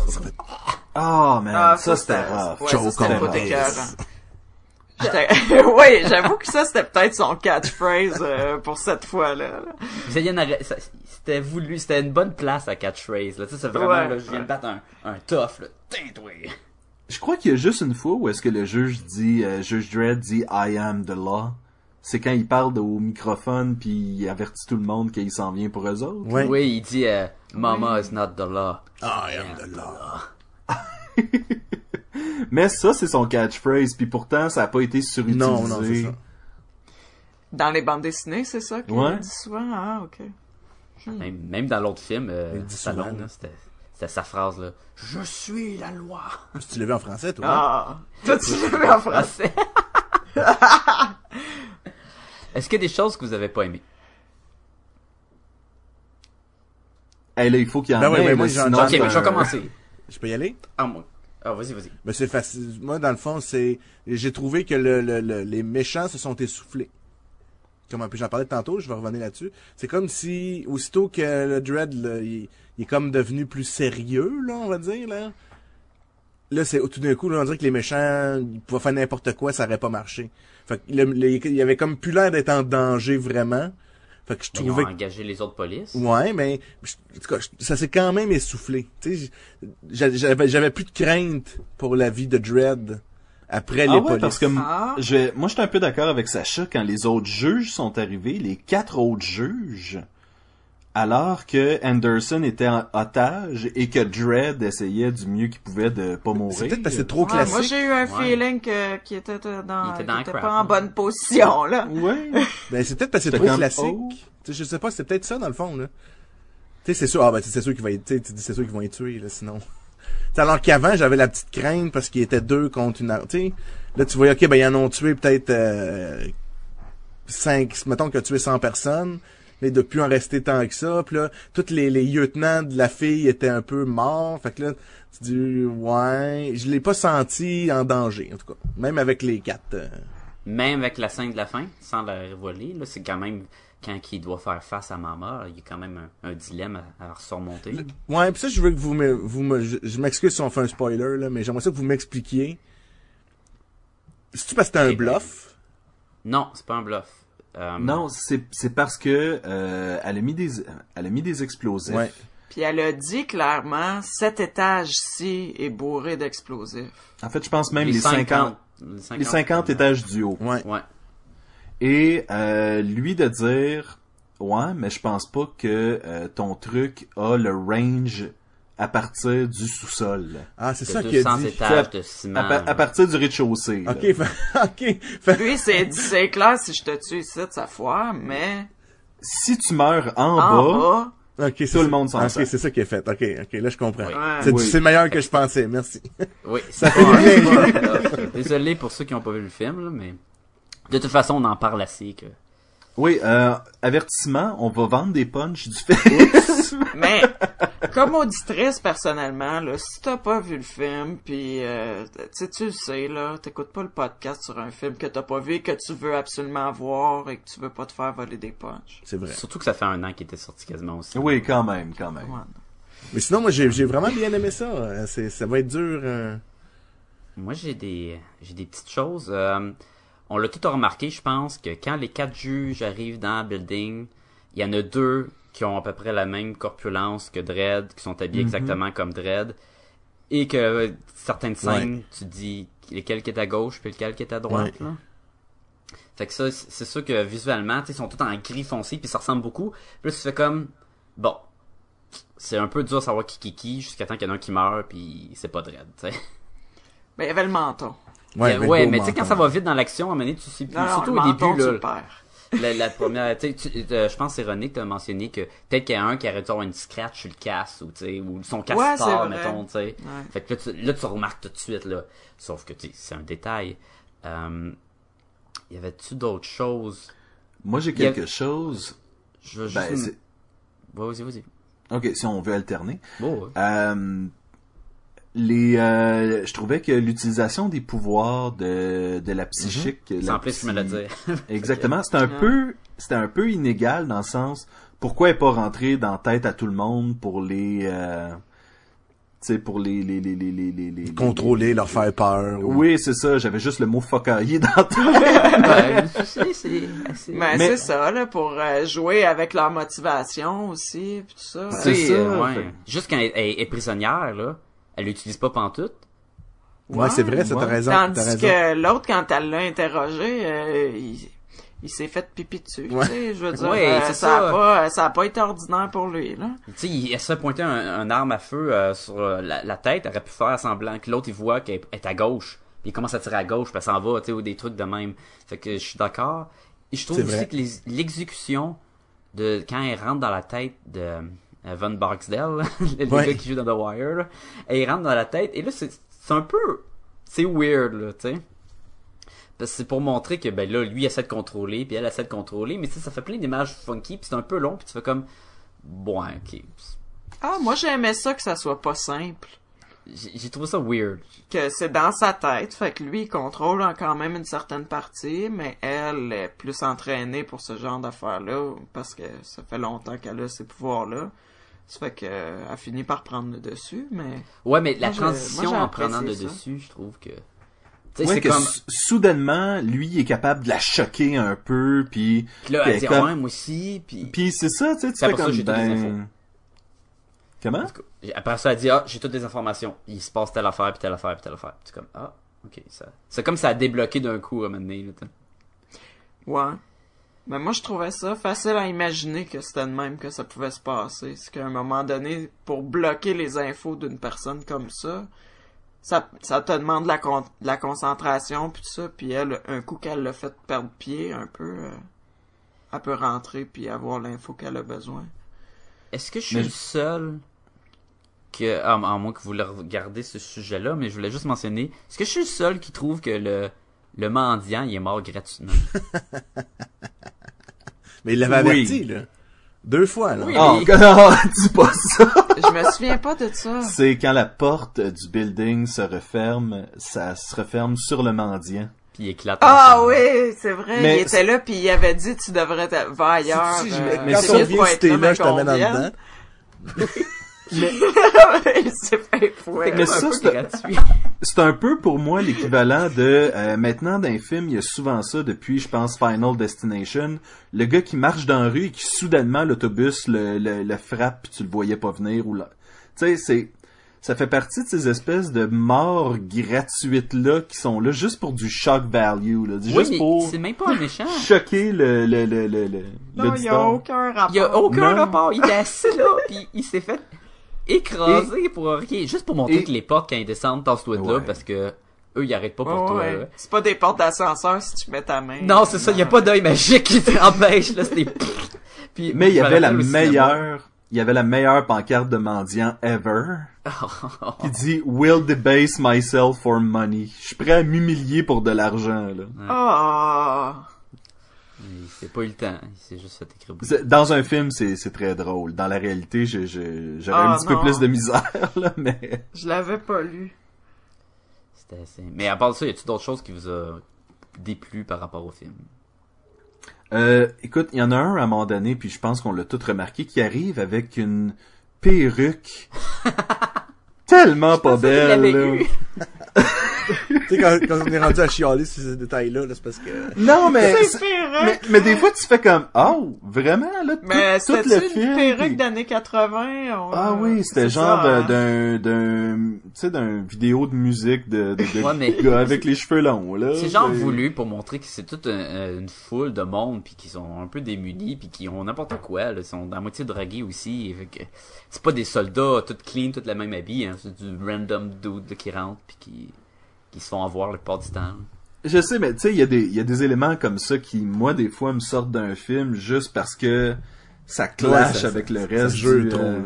Oh, man, Ah, ça c'était rough. Ouais, Joe ça, c'était pas Cocker. écœurant. Oui, j'avoue que ça, c'était peut-être son catchphrase pour cette fois-là. Là. Vous aviez c'était voulu, c'était une bonne place à catchphrase, là. Tu sais, c'est vraiment, Ouais, là, je viens de battre un tough, là. Tain, toi. Je crois qu'il y a juste une fois où est-ce que le juge Dredd dit I am the law. C'est quand il parle au microphone puis il avertit tout le monde qu'il s'en vient pour eux autres. Ouais. Oui, il dit, Mama is not the law. I am the law. Mais ça, c'est son catchphrase, puis pourtant, ça a pas été surutilisé. Non, c'est ça. Dans les bandes dessinées, c'est ça qu'il Ouais. dit souvent? Ah, ok. Même dans l'autre film, Il dit Stallone, souvent, là, c'était sa phrase, là. Je suis la loi. Tu l'as vu en français, toi? Ah, toi, tu l'as vu en français. Est-ce qu'il y a des choses que vous avez pas aimées? Hey, là, il faut qu'il y en Ben ouais, ait, mais moi, là, j'en- sinon, j'en- Ok, c'est mais je vais un- commencer. Je peux y aller? Ah, moi. Ah, vas-y, vas-y. Ben, c'est facile. Moi, dans le fond, j'ai trouvé que les méchants se sont essoufflés. Comme un peu, j'en parlais tantôt, je vais revenir là-dessus. C'est comme si, aussitôt que le Dredd, là, il est comme devenu plus sérieux, là, on va dire, là. Là, c'est, tout d'un coup, là, on dirait que les méchants, ils pouvaient faire n'importe quoi, ça aurait pas marché. Fait que il avait comme plus l'air d'être en danger, vraiment. Fait que je Ils ont trouvais engagé les autres polices. Ouais, mais en tout cas, ça s'est quand même essoufflé. Tu sais, j'avais plus de crainte pour la vie de Dredd après les Ah ouais, polices. parce que Ah. moi, j'étais un peu d'accord avec Sacha quand les autres juges sont arrivés, les 4 autres juges, alors que Anderson était en otage et que Dredd essayait du mieux qu'il pouvait de pas mourir. C'est peut-être parce que c'est trop Ouais, classique. moi, j'ai eu un Ouais. feeling qu'il était Il était dans qu'il était crap, pas en hein. bonne position, là. Ouais. Ben, c'est peut-être parce que c'est J'étais trop comme, classique. oh. Tu sais, je sais pas, c'est peut-être ça dans le fond, là. Tu sais, c'est sûr, c'est sûr qu'il va être, tu dis, c'est sûr qu'ils vont y tuer, là, sinon. T'sais, alors qu'avant, j'avais la petite crainte parce qu'ils étaient 2 contre une, tu sais. Là, tu voyais, ok, ben, ils en ont tué peut-être, 5, mettons qu'il a tué 100 personnes. Mais de plus en rester tant que ça. Puis là, tous les lieutenants de la fille étaient un peu morts. Fait que là, tu dis, ouais, je l'ai pas senti en danger, en tout cas. Même avec les 4. même avec la scène de la fin, sans la révéler, là, c'est quand même quand il doit faire face à Mama, il y a quand même un dilemme à surmonter. Ouais, puis ça, je veux que je m'excuse si on fait un spoiler, là, mais j'aimerais ça que vous m'expliquiez. C'est-tu parce que c'est un bluff? Non, c'est pas un bluff. Non, c'est parce que elle a mis des explosifs. Ouais. Puis elle a dit clairement, cet étage-ci est bourré d'explosifs. En fait, je pense même les 50 étages du haut. Ouais. Ouais. Et lui de dire, ouais, mais je pense pas que ton truc a le range à partir du sous-sol. Ah, c'est De ça qu'il a 200 dit. étages de ciment. À partir du rez-de-chaussée. là. Ok, ok. Lui, c'est clair, si je te tue ici, ça foire, mais Si tu meurs en en bas, bas, Ok, Tout le monde s'en sert. Ok, c'est ça qui est fait. Ok, là je comprends. Ouais. C'est meilleur que je pensais. Merci. Oui, Ça c'est fait pas du bien. un bluff. Désolé pour ceux qui n'ont pas vu le film, là, mais de toute façon, on en parle assez que. oui, avertissement, on va vendre des punchs du film. mais comme auditrice personnellement, là, si t'as pas vu le film, puis tu le sais là, t'écoutes pas le podcast sur un film que t'as pas vu, que tu veux absolument voir et que tu veux pas te faire voler des punchs. C'est vrai. Surtout que ça fait 1 an qu'il était sorti quasiment aussi. Oui, quand même. Ouais. Mais sinon, moi, j'ai vraiment bien aimé ça. Ça va être dur. Moi, j'ai des petites choses. On l'a tout remarqué, je pense, que quand les 4 juges arrivent dans le building, il y en a 2 qui ont à peu près la même corpulence que Dredd, qui sont habillés exactement comme Dredd, et que certaines scènes, tu te dis lequel qui est à gauche puis lequel qui est à droite. Ouais. Là. Fait que ça, c'est sûr que visuellement, ils sont tous en gris foncé puis ça ressemble beaucoup. Puis là, tu fais comme, bon, c'est un peu dur de savoir qui jusqu'à temps qu'il y en a un qui meurt puis c'est pas Dredd, tu sais. Ben, il y avait le menton. Ouais, le mais beau tu sais, quand menton. ça va vite dans l'action, à un moment donné, tu sais plus. Non, Surtout le au menton, début, tu là. le perds. La première, tu sais, je pense que c'est René qui t'a mentionné que peut-être qu'il y a un qui aurait dû avoir une scratch sur le casque, ou tu sais, ou son casque Ouais, c'est part, vrai. mettons, tu sais. Ouais. Fait que là, tu remarques tout de suite, là. Sauf que, tu sais, c'est un détail. Y avait-tu d'autres choses? Moi, j'ai quelque chose. Je veux Ben, juste... Vas-y. Ok, si on veut alterner. Bon, ouais. Je trouvais que l'utilisation des pouvoirs de la psychique... C'est en plus, je me le dire. Exactement. C'était un peu inégal dans le sens, pourquoi elle est pas rentrée dans la tête à tout le monde pour les... tu sais, pour les Contrôler, leur faire peur. Oui, c'est ça. J'avais juste le mot focaillé dans la tête. Ouais, c'est assez... Mais Mais- c'est ça, là, pour jouer avec leur motivation aussi, pis tout ça. C'est Tu sais, ça, ouais. fait- Juste quand elle est prisonnière, là, elle l'utilise pas pantoute. Ouais, c'est vrai, ça, ouais. t'as raison. Tandis T'as raison. que l'autre, quand elle l'a interrogé, il s'est fait pipi dessus, Ouais. tu sais, je veux dire, Ouais, c'est ça a pas été ordinaire pour lui, là. Tu sais, il essaie de pointer un arme à feu sur la tête, elle aurait pu faire semblant que l'autre il voit qu'elle est à gauche, puis il commence à tirer à gauche, puis elle s'en va, tu sais, ou des trucs de même. Fait que je suis d'accord. Et je trouve C'est aussi vrai. que l'exécution de quand elle rentre dans la tête de Von Barksdale, le Ouais. gars qui joue dans The Wire, là, elle rentre dans la tête, et là c'est un peu, c'est weird là, tu sais. Parce que c'est pour montrer que ben là lui essaie de contrôler puis elle essaie de contrôler, mais tu sais ça fait plein d'images funky puis c'est un peu long puis tu fais comme bon ok. Ah, moi, j'aimais ça que ça soit pas simple. J'ai trouvé ça weird. Que c'est dans sa tête, fait que lui, il contrôle quand même une certaine partie, mais elle est plus entraînée pour ce genre d'affaires-là, parce que ça fait longtemps qu'elle a ces pouvoirs-là. Ça fait que elle finit par prendre le dessus, mais... Ouais, mais la Moi, transition j'ai en prenant le apprécié ça. dessus, je trouve que tu sais Ouais, c'est que comme soudainement, lui, il est capable de la choquer un peu, puis puis là puis elle dit comme- ouais moi aussi puis puis c'est ça, tu sais, tu C'est fais pour ça comme que j'ai toutes les infos. Comment? après ça elle dit ah j'ai toutes les informations, il se passe telle affaire puis telle affaire puis telle affaire. C'est comme ah ok ça c'est comme ça a débloqué d'un coup à un moment donné, là, t'sais. Ouais. Mais moi, je trouvais ça facile à imaginer que c'était de même que ça pouvait se passer. C'est qu'à un moment donné, pour bloquer les infos d'une personne comme ça te demande de la concentration, puis tout ça, puis elle, un coup qu'elle l'a fait perdre pied un peu, elle peut rentrer puis avoir l'info qu'elle a besoin. Est-ce que je suis Mais le seul que, à moins que vous voulez regarder ce sujet-là, mais je voulais juste mentionner, est-ce que je suis le seul qui trouve que le mendiant, il est mort gratuitement? Mais il l'avait Oui. averti, là. 2 fois, là. Oui. Oh, non, dis pas ça! Je me souviens pas de ça. C'est quand la porte du building se referme, ça se referme sur le mendiant. Puis il éclate. Ah ensemble. oui, c'est vrai. Mais il était là puis il avait dit tu devrais va ailleurs. Si, mais quand ça, on vient vient citer là, je t'amène en dedans. Il s'est fait fouet. Mais Un ça, peu c'est- gratuit. C'est un peu pour moi l'équivalent de maintenant dans les films, il y a souvent ça depuis je pense Final Destination, le gars qui marche dans la rue et qui soudainement l'autobus le frappe puis tu le voyais pas venir ou là. Tu sais ça fait partie de ces espèces de morts gratuites là qui sont là juste pour du shock value là, Oui, juste mais pour c'est même pas un méchant. choquer Non, il n'y a l'auditeur. aucun rapport. Il y a aucun Non. rapport. Il est assis là, puis il s'est fait écraser pour rien. Juste pour montrer et- que les portes, quand ils descendent, tasse-toi de là, Ouais. parce que eux, ils arrêtent pas pour Ouais, toi. ouais. là. C'est pas des portes d'ascenseur si tu mets ta main. Non, c'est ça. Il y a pas d'œil magique qui t'empêche. Là, c'était... Puis, Mais il y je me avait la rappelle au cinéma. meilleure pancarte de mendiant ever. Qui dit Will debase myself for money. Je suis prêt à m'humilier pour de l'argent là. Ah. Il s'est pas eu le temps. Il s'est juste fait écrire. Dans un film, c'est très drôle. Dans la réalité, j'aurais un petit peu non. plus de misère là, mais Je l'avais pas lu. C'était assez... Mais à part de ça, y a-t-il d'autres choses qui vous a déplu par rapport au film? écoute, il y en a un à un moment donné, puis je pense qu'on l'a tout remarqué, qui arrive avec une perruque tellement pas pensais qu'il l'avait belle. Là. eu. Tu sais, quand on est rendu à chialer sur ces détails-là, là, c'est parce que... Non, mais, C'est perruque. mais des fois tu fais comme oh vraiment là Mais tout le c'était-tu film. une perruque puis- d'années 80? Ah oui, c'était C'est genre ça, hein? tu sais, d'un vidéo de musique de Ouais, mais- gars avec les cheveux longs, là. C'est genre voulu pour montrer que c'est toute une foule de monde puis qui sont un peu démunis puis qui ont n'importe quoi là, ils sont à moitié drogués aussi, fait que c'est pas des soldats tout clean, tout la même habit, hein, c'est du random dude là, qui rentre puis qui se font avoir le plupart du temps. Je sais, mais tu sais, il y a des éléments comme ça qui, moi, des fois, me sortent d'un film juste parce que ça clash ça- avec le ça reste jure du, trop, là.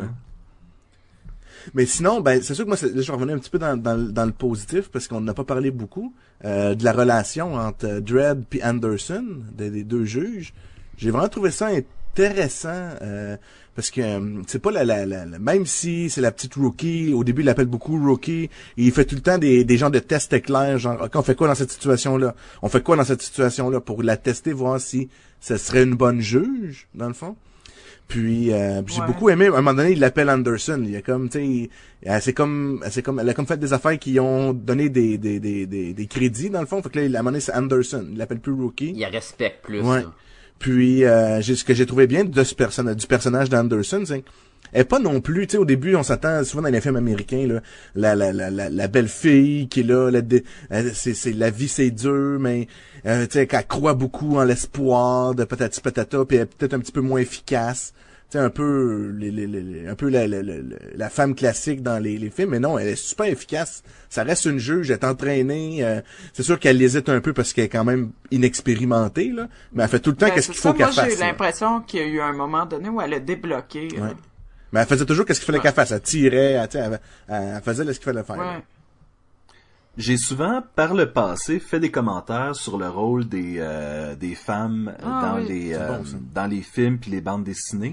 Mais sinon, ben c'est sûr que moi, là, je vais revenir un petit peu dans le positif, parce qu'on n'a pas parlé beaucoup de la relation entre Dredd et Anderson, des deux juges. J'ai vraiment trouvé ça intéressant, parce que c'est pas même si c'est la petite rookie, au début il l'appelle beaucoup rookie, il fait tout le temps des genres de tests éclairs, genre OK, on fait quoi dans cette situation-là? On fait quoi dans cette situation-là pour la tester, voir si ce serait une bonne juge, dans le fond. Puis j'ai Ouais. beaucoup aimé, à un moment donné, il l'appelle Anderson. Il y a comme, tu sais, elle a comme fait des affaires qui ont donné des crédits, dans le fond. Fait que là, à un moment donné, c'est Anderson. Il l'appelle plus Rookie. Il respecte plus. Ouais. là. Puis, ce que j'ai trouvé bien de du personnage d'Anderson, c'est elle est pas non plus, tu sais, au début, on s'attend souvent dans les films américains, là, la belle fille qui est là, c'est la vie c'est dur, mais tu sais, qu'elle croit beaucoup en l'espoir de patati patata, puis elle est peut-être un petit peu moins efficace. Tu sais, un peu un peu la femme classique dans les films, mais non, elle est super efficace. Ça reste une juge, elle est entraînée. C'est sûr qu'elle hésite un peu parce qu'elle est quand même inexpérimentée, là, mais elle fait tout le temps Ben, qu'est-ce c'est qu'il ça, faut qu'elle moi, fasse. j'ai eu là. l'impression qu'il y a eu un moment donné où elle a débloqué. là. Ouais. Mais elle faisait toujours qu'est-ce qu'il fallait qu'elle fasse. Elle tirait, elle faisait ce qu'il fallait faire. Ouais. J'ai souvent, par le passé, fait des commentaires sur le rôle des femmes Ah dans oui, les c'est bon, ça. dans les films puis les bandes dessinées.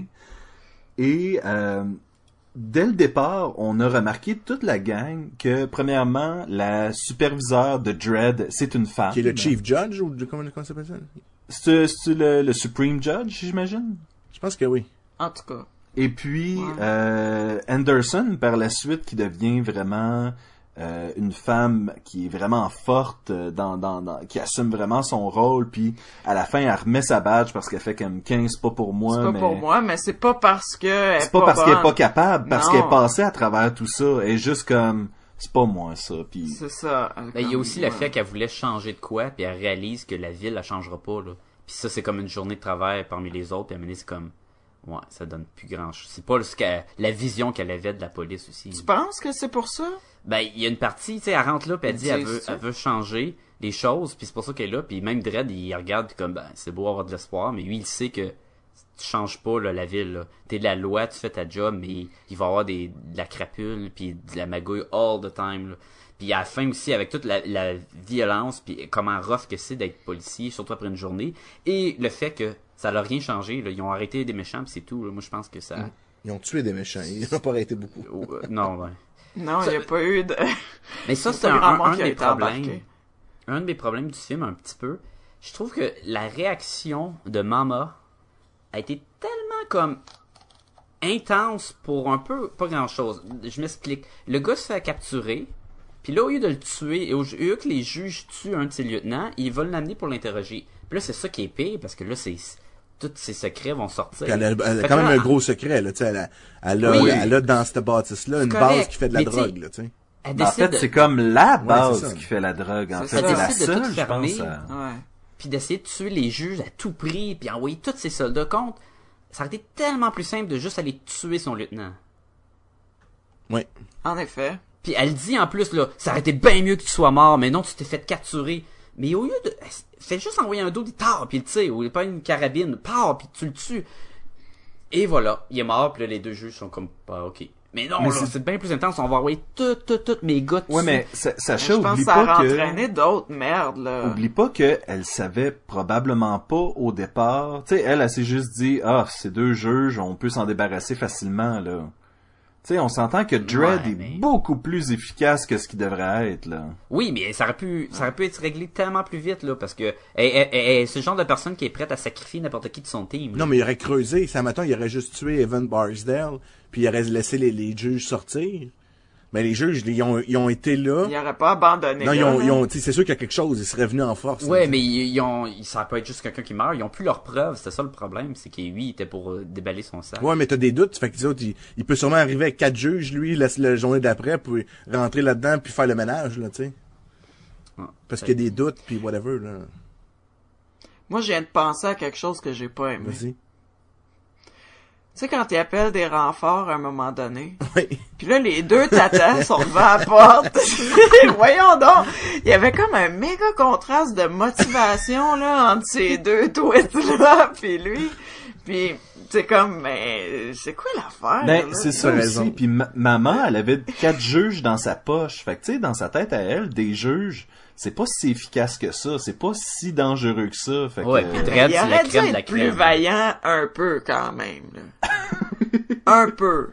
Et dès le départ, on a remarqué toute la gang que, premièrement, la superviseure de Dredd, c'est une femme. Qui est le Chief Judge, ou comment ça s'appelle ça? C'est le Supreme Judge, j'imagine? Je pense que oui. En tout cas. Et puis, Ouais. Anderson, par la suite, qui devient vraiment une femme qui est vraiment forte, qui assume vraiment son rôle, puis à la fin, elle remet sa badge parce qu'elle fait comme 15, pas pour moi, C'est pas mais... pour moi, mais c'est pas parce que elle C'est pas parce qu'elle est pas bonne. capable, parce Non. qu'elle est passée à travers tout ça, elle est juste comme... C'est pas moi, ça, puis... C'est ça. Ben, il y a aussi le ouais. fait qu'elle voulait changer de quoi, puis elle réalise que la ville, elle changera pas, là. Puis ça, c'est comme une journée de travail parmi les autres, puis à un moment donné, c'est comme... Ouais, ça donne plus grand chose. C'est pas la vision qu'elle avait de la police aussi. Tu penses que c'est pour ça? Ben, il y a une partie, tu sais, elle rentre là, puis elle dit C'est elle ça. veut changer les choses, puis c'est pour ça qu'elle est là, puis même Dredd, il regarde puis comme, ben, c'est beau avoir de l'espoir, mais lui, il sait que tu changes pas, là, la ville, là. T'es de la loi, tu fais ta job, mais il va y avoir de la crapule, puis de la magouille all the time, là. Puis à la fin aussi, avec toute la violence, puis comment rough que c'est d'être policier, surtout après une journée, et le fait que ça n'a rien changé, là. Ils ont arrêté des méchants, puis c'est tout, là. Moi, je pense que ça... Ils ont tué des méchants. Ils n'ont pas arrêté beaucoup. Non, ouais. Non, il n'y a pas eu de... Mais ça, C'est c'est pas grand monde un qui a des été problèmes. embarqué. un de mes problèmes du film un petit peu. Je trouve que la réaction de Mama a été tellement comme intense pour un peu pas grand chose. Je m'explique. Le gars se fait capturer, puis là au lieu de le tuer, et au lieu que les juges tuent un de ses lieutenants, ils veulent l'amener pour l'interroger. Puis là c'est ça qui est pire parce que là c'est tous ses secrets vont sortir. Puis elle a quand même un gros secret, là, tu sais, elle a dans cette bâtisse-là une correct, base qui fait de la drogue, là, tu sais. En fait, c'est comme la base ça. qui fait la drogue. En C'est fait, ça. c'est la Elle décide de seule, tout je pense. fermer. Ouais. Puis d'essayer de tuer les juges à tout prix, puis envoyer tous ses soldats contre. Ça aurait été tellement plus simple de juste aller tuer son lieutenant. Oui. En effet. Puis elle dit en plus, là, ça aurait été bien mieux que tu sois mort, mais non, tu t'es fait capturer. Mais au lieu de... Fais juste envoyer un dos, dit tard, puis il tire, ou pas une carabine, pars, puis tu le tues. Et voilà, il est mort, puis là, les deux juges sont comme, ok. Mais non, Mais là, c'est bien plus intense, on va envoyer toutes mes gars dessus. Ouais, mais Sacha, Je pense oublie que ça a pas que... entraîné d'autres merdes, là. Oublie pas qu'elle savait probablement pas au départ. Tu sais, elle s'est juste dit, c'est deux juges, on peut s'en débarrasser facilement, là. Tu sais, on s'entend que Dredd Ouais, est mais- beaucoup plus efficace que ce qu'il devrait être, là. Oui, mais ça aurait pu être réglé tellement plus vite, là, parce que c'est le genre de personne qui est prête à sacrifier n'importe qui de son team. là. Non, mais il aurait creusé. Ça, mettons, il aurait juste tué Evan Barsdale, puis il aurait laissé les juges sortir. Mais les juges, ils ont été là. Il aurait pas abandonné. Non, là, là. tu sais, c'est sûr qu'il y a quelque chose. Ils seraient venus en force. Ouais, là, mais ça peut être juste quelqu'un qui meurt. Ils ont plus leurs preuves. C'était ça le problème. C'est qu'il lui, il était pour déballer son sac. Ouais, mais t'as des doutes. Fait que les autres, il peut sûrement arriver avec 4 juges, lui, la journée d'après, pour rentrer là-dedans, puis faire le ménage, là, tu sais. Ah, Parce qu'il y a des doutes, puis whatever, là. Moi, je viens de penser à quelque chose que j'ai pas aimé. Vas-y. Tu sais, quand ils appellent des renforts à un moment donné, Oui. puis là, les deux tatas sont devant la porte. Voyons donc! Il y avait comme un méga contraste de motivation, là, entre ces deux tweets-là, puis lui. Puis, c'est comme, mais c'est quoi l'affaire? Ben, là? c'est ça T'as aussi. raison. Puis maman, elle avait 4 juges dans sa poche. Fait que, tu sais, dans sa tête à elle, des juges, c'est pas si efficace que ça. C'est pas si dangereux que ça. Fait que, Ouais, puis Dredd, Il c'est la aurait dû crème de la être plus crème. vaillant un peu, quand même, là. Un peu.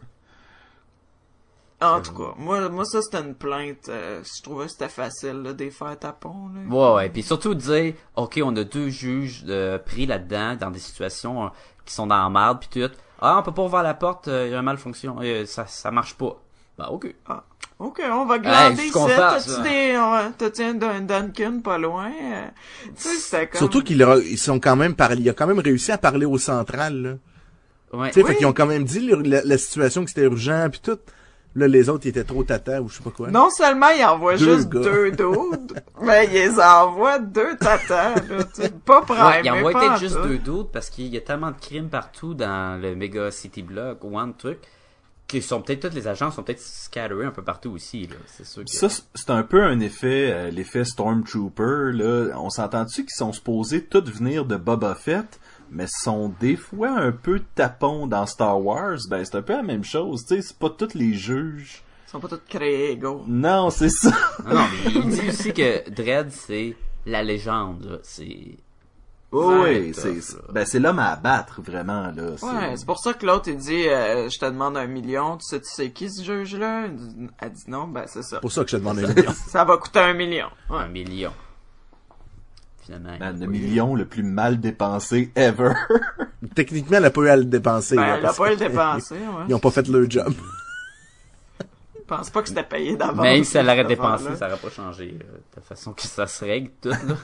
En tout cas, moi ça, c'était une plainte. Je trouvais que c'était facile, là, des faire tapons, là. Ouais. Puis surtout dire, ok, on a deux juges pris là-dedans, dans des situations qui sont dans la merde, puis tout. Ah, on peut pas ouvrir la porte, il y a un malfonction, ça marche pas. Ben, ok. Ah, ok, on va glander Hey, ici. qu'on fasse, T'as-tu un Duncan pas loin? Tu sais, c'était comme... Surtout ils sont quand même il a quand même réussi à parler au central, là. Ouais. Tu sais, Oui. fait qu'ils ont quand même dit la situation que c'était urgent, puis tout. Là, les autres, ils étaient trop tata, ou je sais pas quoi. Non seulement il envoie Deux juste gars. 2 dudes, mais il les envoie 2 tatas, là, tu sais, pas Ouais, prime. il envoie pas peut-être en juste tout. 2 doutes parce qu'il y a tellement de crimes partout dans le Mega City Block, One truc, que sont peut-être tous les agents sont peut-être scatterés un peu partout aussi, là. C'est sûr que... Ça, c'est un peu un effet, l'effet Stormtrooper, là. On s'entend-tu qu'ils sont supposés tous venir de Boba Fett, mais sont des fois un peu tapons dans Star Wars? Ben, c'est un peu la même chose, tu sais, c'est pas tous les juges. Ils sont pas tous créés égaux. Non, c'est ça. Non, mais il dit aussi que Dredd, c'est la légende, là. C'est... Oui, tough, c'est l'homme à abattre, vraiment, là. Ouais, c'est pour ça que l'autre, il dit, je te demande 1 million, tu sais qui ce juge-là? Elle dit non, ben c'est ça. C'est pour ça que je te demande 1 million. Ça va coûter 1 million. Ouais. 1 million. Finalement. Man, le million le plus mal dépensé ever. Techniquement, elle a pas eu à le dépenser. Ben, là, elle a parce pas que le dépensé, ouais. Ils ont pas fait leur job. Je pense pas que c'était payé d'avance. Même si elle l'aurait cette dépensé, affaire-là. ça aurait pas changé de façon que ça se règle tout, là.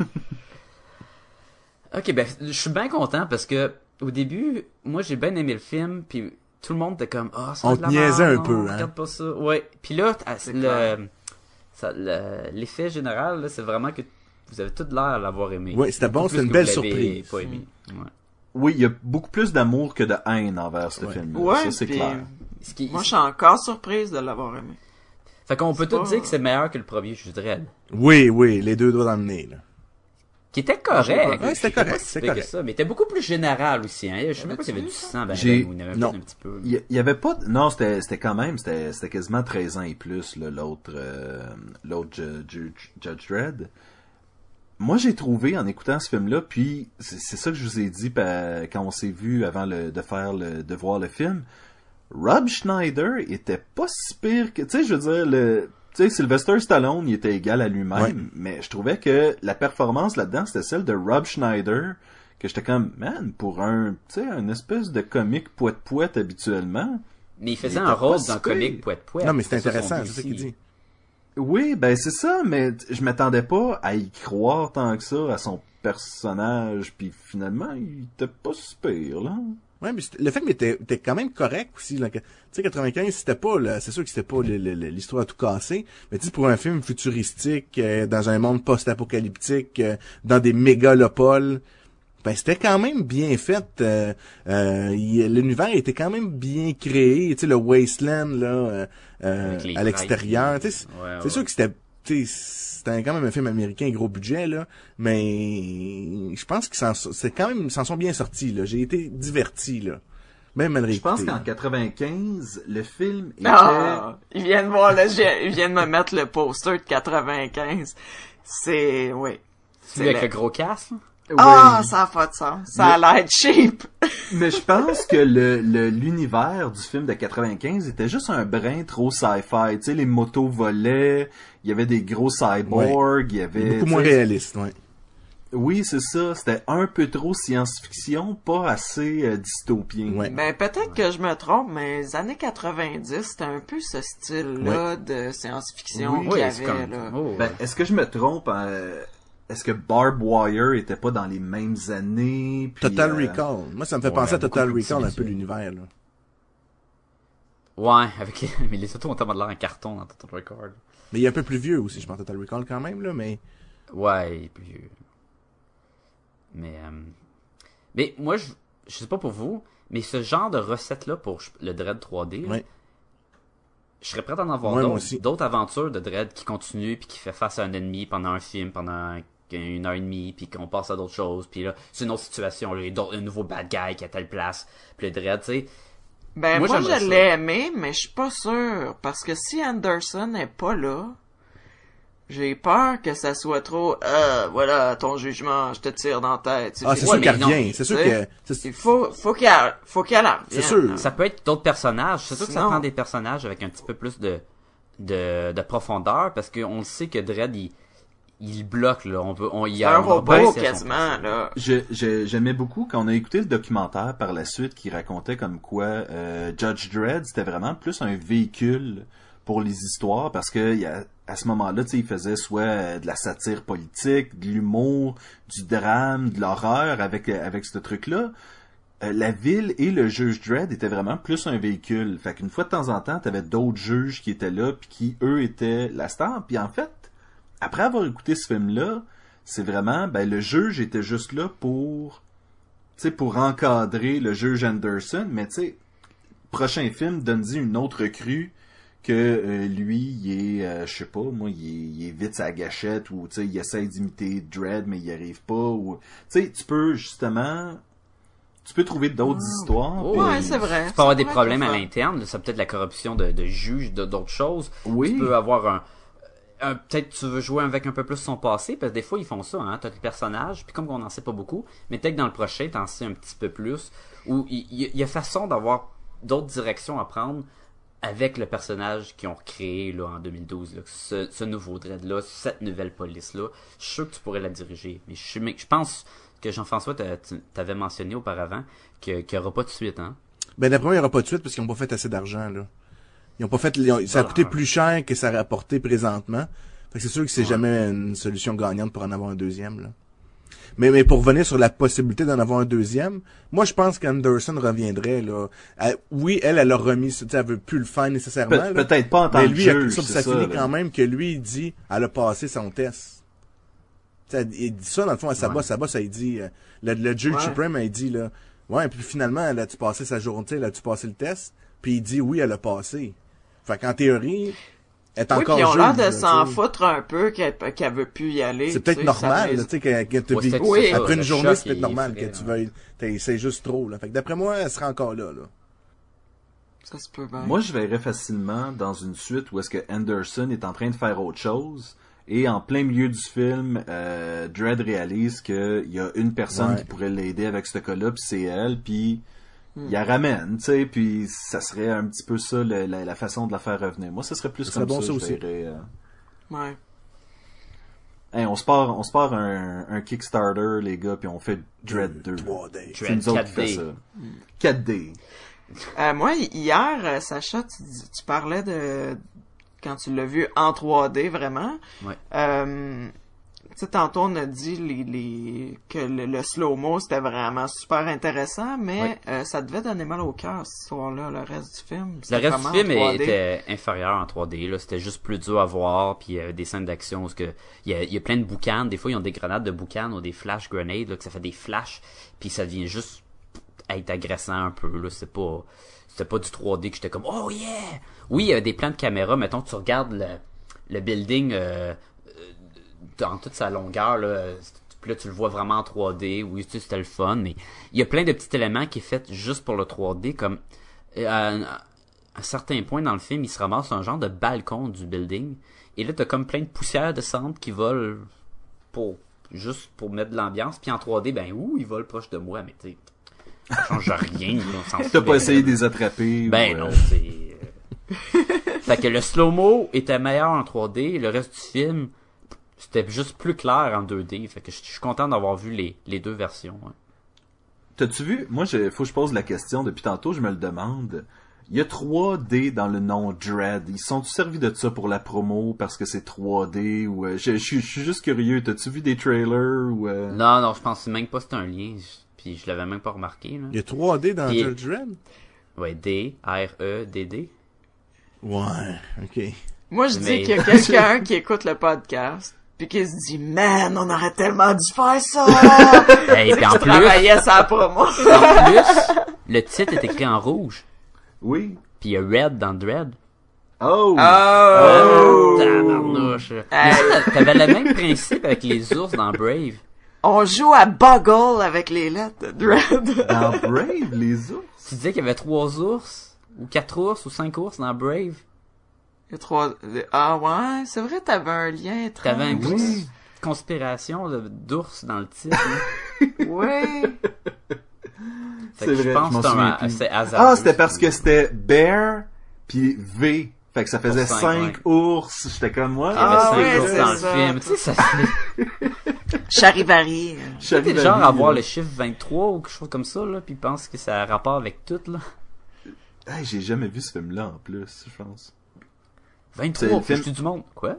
Ok, ben, je suis bien content parce que au début, moi j'ai bien aimé le film, puis tout le monde était comme, ça On va être te la niaisait merde, un peu, non, hein. regarde pas ça. Ouais. Puis là, clair. l'effet général, là, c'est vraiment que vous avez tout l'air à l'avoir aimé. Ouais, c'était bon, Beaucoup c'était plus une que belle vous l'avez surprise. pas aimé. Ouais. Oui, il y a beaucoup plus d'amour que de haine envers ce Ouais. film-là. Ouais, Ça, c'est puis clair. Ce qui- moi, je suis encore surprise de l'avoir aimé. Fait qu'on peut c'est tout pas- dire que c'est meilleur que le premier Juge Dredd. Oui, les deux doigts dans le nez, là. Qui était correct. Ouais, c'était correct, Pas si c'était pire que correct. ça, mais était beaucoup plus général aussi, hein. Je sais même pas s'il y avait du sang, ben, J'ai- ou il y en avait non. peut-être un petit peu. Il y avait pas non, c'était quand même c'était quasiment 13 ans et plus là, l'autre Judge Dredd. Moi, j'ai trouvé en écoutant ce film-là, puis c'est ça que je vous ai dit quand on s'est vu avant de voir le film. Rob Schneider était pas si pire que, tu sais, je veux dire, tu sais, Sylvester Stallone, il était égal à lui-même, Ouais. mais je trouvais que la performance là-dedans, c'était celle de Rob Schneider, que j'étais comme, man, pour un, tu sais, un espèce de comique poète-poète habituellement. Mais il faisait Il un était rôle pas d'un si comique pire. poète-poète. Non, mais c'est ça, son intéressant, c'est DC. ça qu'il dit. Oui, ben c'est ça, mais je m'attendais pas à y croire tant que ça à son personnage, puis finalement, il était pas si pire, là. Ouais, mais le film était quand même correct aussi. Là. Tu sais, 95, c'était pas, c'est sûr que c'était pas l'histoire à tout casser, mais tu sais, pour un film futuristique, dans un monde post-apocalyptique, dans des mégalopoles, ben c'était quand même bien fait. L'univers était quand même bien créé. Tu sais, le wasteland là, Avec les à l'extérieur. Tu sais, Ouais, c'est sûr que c'était quand même un film américain gros budget là, mais je pense qu'ils s'en sont bien sortis là. J'ai été diverti là, même malgré. Je pense qu'en 95, le film était... ils viennent de me mettre le poster de 95. C'est, oui. Celui avec le gros casque, là? Ah, ça a pas de sens. Ça a l'air cheap. Mais je pense que l'univers du film de 95 était juste un brin trop sci-fi. Tu sais, les motos volaient, il y avait des gros cyborgs, il y avait... Beaucoup moins réaliste, ouais. Oui, c'est ça. C'était un peu trop science-fiction, pas assez dystopien. Ouais. Ben, peut-être que je me trompe, mais les années 90, c'était un peu ce style-là de science-fiction qu'il y c'est avait, comme... là. Oh, Ben, est-ce que je me trompe? Est-ce que Barb Wire était pas dans les mêmes années? Puis, Total Recall. Moi, ça me fait ouais, penser à beaucoup Total plus Recall, un peu similitude. l'univers, là. Ouais, avec mais les autos ont tellement de l'air en carton dans Total Record. Mais il est un peu plus vieux aussi, je pense, Total Recall quand même, là, mais... Ouais, il est plus vieux. Mais moi, je sais pas pour vous, mais ce genre de recette-là pour le Dread 3D, là, Ouais. je serais prêt à en avoir Ouais, moi aussi. d'autres aventures de Dread qui continuent puis qui fait face à un ennemi pendant un film, pendant 1 heure et demie, puis qu'on passe à d'autres choses, puis là, c'est une autre situation, là, il y a un nouveau bad guy qui est à telle place, puis le Dread, tu sais. Ben, Moi, moi j'aimerais je ça. l'ai aimé, mais je suis pas sûr. Parce que si Anderson n'est pas là, j'ai peur que ça soit trop, voilà, ton jugement, je te tire dans la tête. Ah, c'est Ouais, sûr qu'elle mais non, revient. C'est sûr que... Il faut qu'elle arrive. C'est sûr. Ça peut être d'autres personnages. C'est sûr que ça Sinon- prend des personnages avec un petit peu plus de profondeur, parce qu'on le sait que Dredd, il bloque, là. Il y a Un on va pas robot, laisser à son quasiment, là. J'aimais beaucoup quand on a écouté le documentaire par la suite qui racontait comme quoi Judge Dredd c'était vraiment plus un véhicule pour les histoires parce que à ce moment-là, tu sais, il faisait soit de la satire politique, de l'humour, du drame, de l'horreur avec ce truc-là. La ville et le juge Dredd étaient vraiment plus un véhicule. Fait qu'une fois de temps en temps, t'avais d'autres juges qui étaient là puis qui eux étaient la star. Puis en fait, après avoir écouté ce film-là, c'est vraiment, ben, le juge était juste là pour, tu sais, pour encadrer le juge Anderson, mais tu sais, prochain film, donne-y une autre recrue que lui, il est, je sais pas, moi, il est vite sa gâchette, ou tu sais, il essaie d'imiter Dredd, mais il y arrive pas, ou, tu sais, tu peux trouver d'autres histoires. Oh, puis- Ouais, c'est vrai. Tu peux avoir des Ça pourrait problèmes être à le fun. l'interne, là, ça peut être la corruption de juges, d'autres choses. Oui. Tu peux avoir peut-être tu veux jouer avec un peu plus son passé, parce que des fois ils font ça, hein, t'as le personnage, puis comme on n'en sait pas beaucoup, mais peut-être que dans le prochain t'en sais un petit peu plus, ou il y a façon d'avoir d'autres directions à prendre avec le personnage qu'ils ont créé là, en 2012, là, ce nouveau Dredd-là, cette nouvelle police-là. Je suis sûr que tu pourrais la diriger, mais je pense que Jean-François t'avais mentionné auparavant qu'il n'y aura pas de suite, hein. Ben, d'après moi, il n'y aura pas de suite parce qu'ils n'ont pas fait assez d'argent, là. Ils ont pas fait, ça a coûté plus cher que ça a rapporté présentement. Fait que c'est sûr que c'est jamais une solution gagnante pour en avoir un deuxième, là. Mais pour revenir sur la possibilité d'en avoir un deuxième, moi, je pense qu'Anderson reviendrait, là. Oui, elle a remis, tu sais, elle veut plus le faire nécessairement, là. Peut-être pas en tant Mais que lui, juge, ça c'est finit là. quand même que lui, il dit, elle a passé son test. Tu sais, il dit ça, dans le fond, à sa boss, il dit, le juge suprême, il dit, là, ouais, puis finalement, elle a-tu passé sa journée, elle a-tu passé le test? Puis il dit, oui, elle a passé. Fait qu'en théorie, elle est Oui, encore puis ils ont l'air juge, de là, s'en tu sais. foutre un peu qu'elle veut plus y aller. C'est tu peut-être sais, normal, ça là, tu sais, que tu Ouais, vis, c'est Oui. ça, après une le journée, choc, c'est peut-être il normal ferait, que tu veuilles, c'est juste trop, là. Fait que d'après moi, elle sera encore là. Ça se peut bien. Moi, je verrais facilement dans une suite où est-ce que Anderson est en train de faire autre chose et en plein milieu du film, Dredd réalise qu'il y a une personne Ouais. qui pourrait l'aider avec ce cas-là, puis c'est elle, puis il la ramène, tu sais, puis ça serait un petit peu ça la façon de la faire revenir. Moi, ce serait plus Ça comme serait bon, ça, ça je aussi. verrais, Ouais. Hey, on se part un Kickstarter, les gars, puis on fait Dread 2. 3D. C'est nous autres qui fait 4D. ça. 4D. Moi, hier, Sacha, tu parlais de... Quand tu l'as vu en 3D, vraiment. Ouais. Tu sais, tantôt, on a dit que le slow-mo, c'était vraiment super intéressant, mais ça devait donner mal au cœur, cette histoire-là, le reste du film. Le C'était reste du comment film en 3D? était inférieur en 3D. Là. C'était juste plus dur à voir. Puis il y avait des scènes d'action. Parce que il y a plein de boucanes. Des fois, ils ont des grenades de boucanes ou des flash grenades. Là, que ça fait des flashs. Puis ça devient juste être agressant un peu. Là. C'était pas du 3D que j'étais comme oh yeah! Oui, il y a des plans de caméra. Mettons, tu regardes le building dans toute sa longueur. Là, puis là, tu le vois vraiment en 3D. Oui, tu sais, c'était le fun. Mais il y a plein de petits éléments qui est fait juste pour le 3D. Comme à un certain point dans le film, il se ramasse un genre de balcon du building. Et là, t'as comme plein de poussières de cendres qui volent juste pour mettre de l'ambiance. Puis en 3D, ben ils volent proche de moi. Mais tu sais, ça change rien. Là, on s'en T'as fout, pas essayé de les attraper? Ben ou, non, c'est... Fait que le slow-mo était meilleur en 3D. Le reste du film, c'était juste plus clair en 2D. Fait que je suis content d'avoir vu les deux versions. Ouais. T'as-tu vu? Moi, faut que je pose la question. Depuis tantôt, je me le demande. Il y a 3D dans le nom Dread. Ils sont-tu servis de ça pour la promo parce que c'est 3D ou je suis juste curieux. T'as-tu vu des trailers ou Non, je pense même pas que c'était un lien. Puis je l'avais même pas remarqué. Là. Il y a 3D dans Et- Judge Dredd? Ouais, D-R-E-D-D. Ouais, ok. Moi, je Mais- dis qu'il y a quelqu'un qui écoute le podcast, puis qui se dit, man, on aurait tellement dû faire ça! Hey, puis en Tu plus, travaillais sa promo. le titre est écrit en rouge. Oui. Puis il y a Red dans Dread. Oh! Oh! Tabarnouche. Mais ça, t'avais le même principe avec les ours dans Brave. On joue à Boggle avec les lettres de Dread. Dans Brave, les ours? Tu disais qu'il y avait 3 ours, ou 4 ours, ou 5 ours dans Brave. Il y a 3... Ah ouais, c'est vrai, t'avais un lien étrange. T'avais une Oui. grosse conspiration d'ours dans le titre. là. Oui. Fait C'est que vrai, je pense je m'en que souviens c'est plus. c'est hasardeux. Ah, c'était parce que c'était Bear puis V. Fait que ça faisait Pour 5 cinq, ours. J'étais comme moi. Il y avait Ah, 5 ouais, ours c'est dans ça. le film. Tu sais, ça Charivari. c'était le genre à voir le chiffre 23 ou quelque chose comme ça, là, puis pense que ça a rapport avec tout, là. Hey, j'ai jamais vu ce film-là en plus, je pense. 23, C'est le film- je dis du monde. Quoi?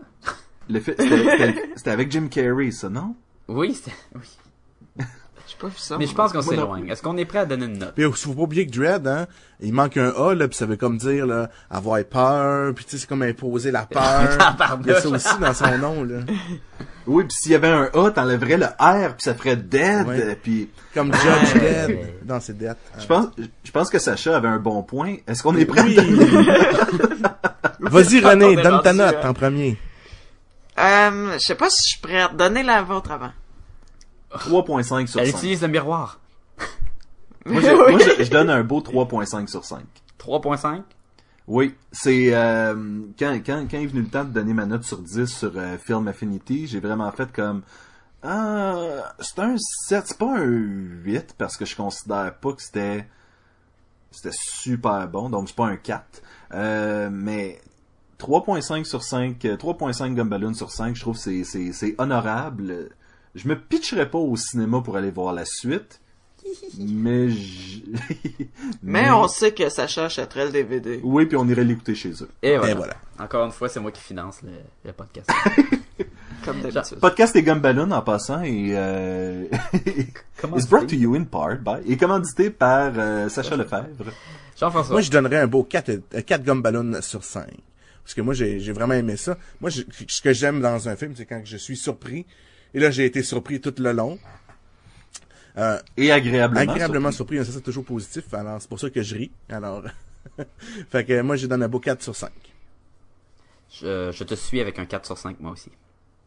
C'était avec Jim Carrey, ça, non? Oui, c'était... Oui. J'ai pas vu ça. Mais je moi. pense qu'on Moi non s'éloigne. Est-ce qu'on est prêt à donner une note? Puis faut pas oublier que Dread, hein, il manque un A, là, puis ça veut comme dire, là, avoir peur, puis tu sais, c'est comme imposer la peur. Tabarnouche. Il y a ça aussi dans son nom, là. Oui, puis s'il y avait un A, t'enlèverais le R, puis ça ferait Dead, Ouais. puis Comme Judge Dredd dans ses dettes. je pense que Sacha avait un bon point. Est-ce qu'on est prêt? Oui! Vas-y, René, On est donne ta rendu, note hein. en premier. Je sais pas si je suis prête. Donnez la vôtre avant. 3.5 sur Elle 5. utilise le miroir. Moi, je donne un beau 3.5 sur 5. 3.5? Oui, c'est quand est venu le temps de donner ma note sur 10 sur Film Affinity, j'ai vraiment fait comme c'est un 7, c'est pas un 8 parce que je considère pas que c'était super bon, donc c'est pas un 4. Mais 3.5 sur 5, 3.5 Gumballoon sur 5, je trouve que c'est honorable. Je me pitcherais pas au cinéma pour aller voir la suite. Mais Mais on sait que Sacha achèterait le DVD. oui, puis on irait l'écouter chez eux. Et voilà. Et voilà. Encore une fois, c'est moi qui finance le podcast. Comme d'habitude. Podcast des Gumballoon en passant et Comment is brought to you in part by et commandité par Sacha Lefebvre. Jean-François. Moi, je donnerais un beau 4 Gumballoon sur 5. Parce que moi, j'ai vraiment aimé ça. Moi, ce que j'aime dans un film, c'est quand je suis surpris. Et là, j'ai été surpris tout le long. Et agréablement surpris, hein, c'est ça toujours positif. Alors, c'est pour ça que je ris. Alors, fait que moi, je donne un beau 4 sur 5. Je te suis avec un 4 sur 5, moi aussi.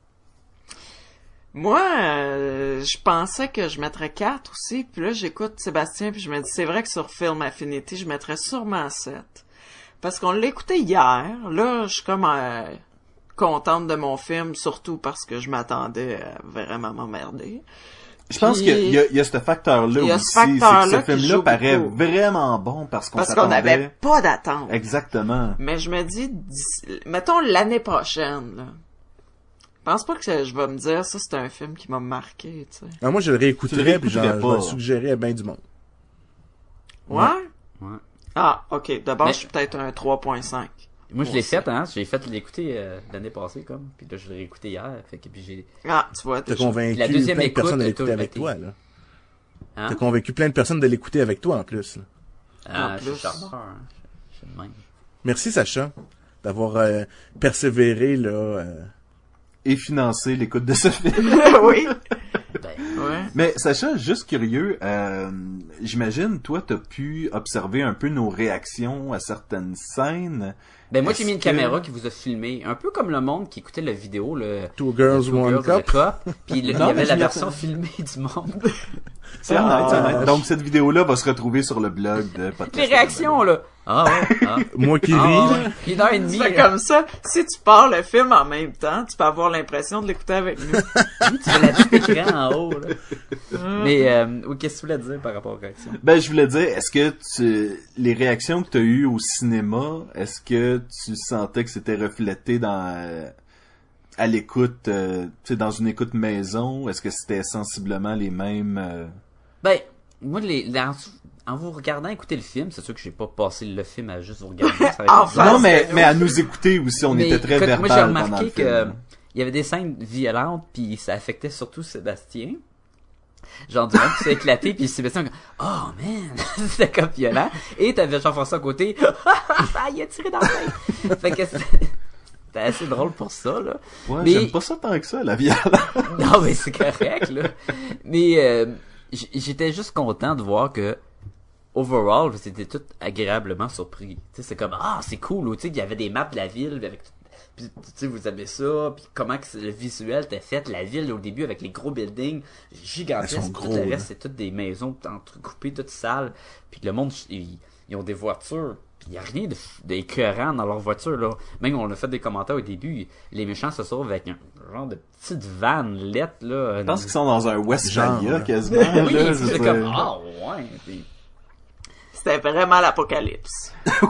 Moi, je pensais que je mettrais 4 aussi, puis là, j'écoute Sébastien, puis je me dis, c'est vrai que sur Film Affinity, je mettrais sûrement 7. Parce qu'on l'a écouté hier, là, je suis comme contente de mon film, surtout parce que je m'attendais à vraiment m'emmerder. Je pense Puis, qu'il y a ce facteur-là il y a aussi. ce facteur-là c'est que ce qui film-là joue paraît beaucoup. vraiment bon parce qu'on Parce qu'on s'attendait... n'avait pas d'attente. Exactement. Mais je me dis, mettons l'année prochaine, là. Je pense pas que je vais me dire, ça c'est un film qui m'a marqué, tu sais. Ah, moi, je le Tu le réécouterais, puis réécouterais je vais pas. le suggérer à bien du monde. Ouais? Ouais. Ah, ok. D'abord, Mais- je suis peut-être un 3.5. Moi, je l'ai aussi. fait, hein. J'ai fait l'écouter l'année passée, comme. Puis là, je l'ai réécouté hier. Fait que puis j'ai. Ah, tu vois, T'as déjà. convaincu La deuxième plein de écoute, personnes de t'as l'écouter avec été- toi, là. Hein? T'as convaincu plein de personnes de l'écouter avec toi, en plus, là. Ah, En je suis plus. charmeur, hein. Je suis de même. Merci, Sacha, d'avoir persévéré, là. Et financer l'écoute de ce film. Oui. Ben, Ouais. Mais Sacha, juste curieux, j'imagine, toi, t'as pu observer un peu nos réactions à certaines scènes. ben moi, Est-ce j'ai mis une que- caméra qui vous a filmé. Un peu comme le monde qui écoutait la vidéo, le. Two Girls, Two One Girls, Cup. the Cup. Puis il y Non, mais avait je la m'y version attends. filmée du monde. C'est honnête, c'est Ah. honnête. Donc, cette vidéo-là va se retrouver sur le blog de Podcast. Les réactions, là. Ah ouais. Ah. Moi qui Ah, ris, là. ouais. 1h30. Tu fais comme ça, si tu pars le film en même temps, tu peux avoir l'impression de l'écouter avec nous. Tu veux la petite écran en haut, là. Mais, oui, qu'est-ce que tu voulais dire par rapport aux réactions? Ben, je voulais dire, est-ce que les réactions que tu as eues au cinéma, est-ce que tu sentais que c'était reflété à l'écoute, tu sais, dans une écoute maison? Est-ce que c'était sensiblement les mêmes... Ben, moi, en vous regardant écouter le film, c'est sûr que j'ai pas passé le film à juste vous regarder. Ça aurait été Enfin, bizarre. Non, c'est- mais à nous écouter aussi, on Mais était très écoute, verbal moi, j'ai pendant remarqué le que film. il y avait des scènes violentes, puis ça affectait surtout Sébastien. Genre, du monde qui s'est éclaté, puis Sébastien, oh man, c'était comme violent. Et t'avais Jean-François à côté, il a tiré dans la tête. Fait que c'était assez drôle pour ça, là. Ouais, mais- j'aime pas ça tant que ça, la violence. Non, mais c'est correct, là. Mais j'étais juste content de voir que overall, c'était tout agréablement surpris. Tu sais, c'est comme c'est cool, tu sais, il y avait des maps de la ville avec puis tu sais, vous avez ça, puis comment que le visuel était fait, la ville au début avec les gros buildings Elles gigantesques, sont puis tout gros, le là. reste c'est toutes des maisons entrecoupées, toutes sales, puis le monde ils ont des voitures, puis il y a rien d'écœurant dans leurs voitures là. Même on a fait des commentaires au début, les méchants se sauvent avec un genre de petite van lettre là. Je pense qu'ils sont dans un Westphalia, Genre, là. quasiment. Oui, là, je c'est veux comme dire. ouais. Puis- C'était vraiment l'apocalypse.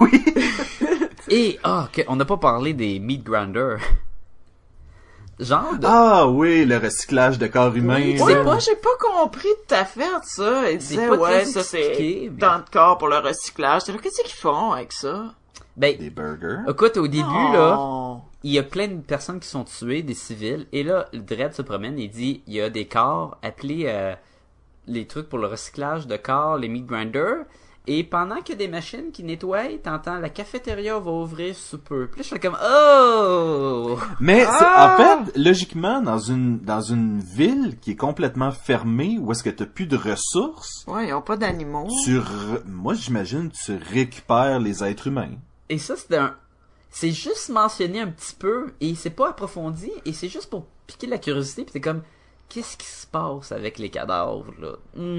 Et on n'a pas parlé des meat grinders. Genre de Ah oui, le recyclage de corps humains. Oui, là. Ouais, moi, j'ai pas compris tout à fait ça. Ils C'est disaient, pas ouais, très ça expliqué, c'est mais- tant de corps pour le recyclage. T'es là, qu'est-ce qu'ils font avec ça? ben Des burgers. écoute au début là, Oh. il y a plein de personnes qui sont tuées, des civils, et là, le Dredd se promène et dit, il y a des corps appelés les trucs pour le recyclage de corps, les meat grinders, et pendant qu'il y a des machines qui nettoient, t'entends la cafétéria va ouvrir sous peu. Puis là, je suis comme, oh! Mais Ah! en fait, logiquement, dans une ville qui est complètement fermée, où est-ce que t'as plus de ressources, Ouais, ils ont pas d'animaux. moi j'imagine tu récupères les êtres humains. Et ça, c'est juste mentionné un petit peu, et c'est pas approfondi, et c'est juste pour piquer la curiosité, puis t'es comme, qu'est-ce qui se passe avec les cadavres, là?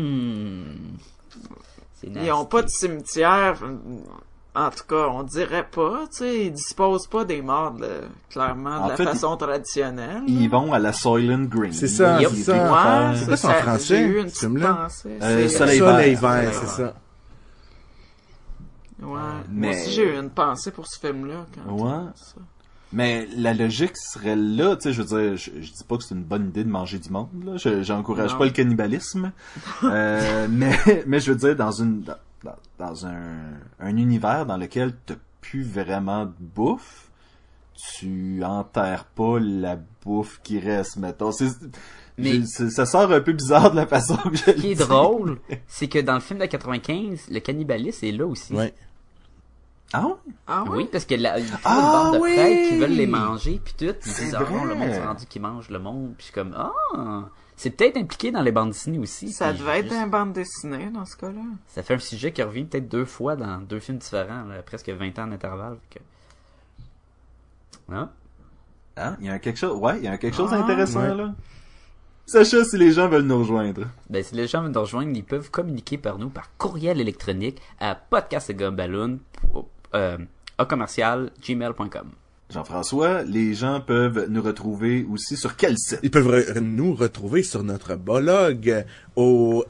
C'est Ils ont pas de cimetière. En tout cas, on dirait pas, tu sais, ils disposent pas des morts, clairement, de En la fait, façon traditionnelle. Ils vont à la Soylent Green. C'est ça, Ils c'est ça. récupèrent- Ouais, C'est quoi ça en français, J'ai eu une ce petite film-là? pensée. Soleil Soleil vert. vert, c'est ça. Ouais. Moi Mais- aussi, j'ai eu une pensée pour ce film-là. Quand Ouais. Mais la logique serait là, tu sais, je veux dire, je dis pas que c'est une bonne idée de manger du monde, là. J'encourage Non. pas le cannibalisme. mais je veux dire, dans un univers dans lequel t'as plus vraiment de bouffe, tu enterres pas la bouffe qui reste, mettons. Mais- Ça sort un peu bizarre de la façon que je Ce qui est le dis. drôle, c'est que dans le film de 95, le cannibalisme est là aussi. Ouais. Ah ouais? Ah ouais? Oui, parce que il y a une Ah bande de oui! prêtres qui veulent les manger, puis tout. Puis ils C'est disent, vrai. le monde est rendu qui mange le monde. Puis je suis comme, c'est peut-être impliqué dans les bandes dessinées aussi. Ça Puis devait être juste- une bande dessinée dans ce cas-là. Ça fait un sujet qui revient peut-être 2 fois dans 2 films différents, là, presque 20 ans d'intervalle. Fait que... Ah. Hein? Il y a quelque chose, ouais, il y a quelque chose Ah, d'intéressant, ouais. là. Sacha, si les gens veulent nous rejoindre. Ben, si les gens veulent nous rejoindre, ils peuvent communiquer par nous par courriel électronique à podcastgumballoon@gmail.com. Jean-François, les gens peuvent nous retrouver aussi sur quel site? Ils peuvent nous retrouver sur notre blog au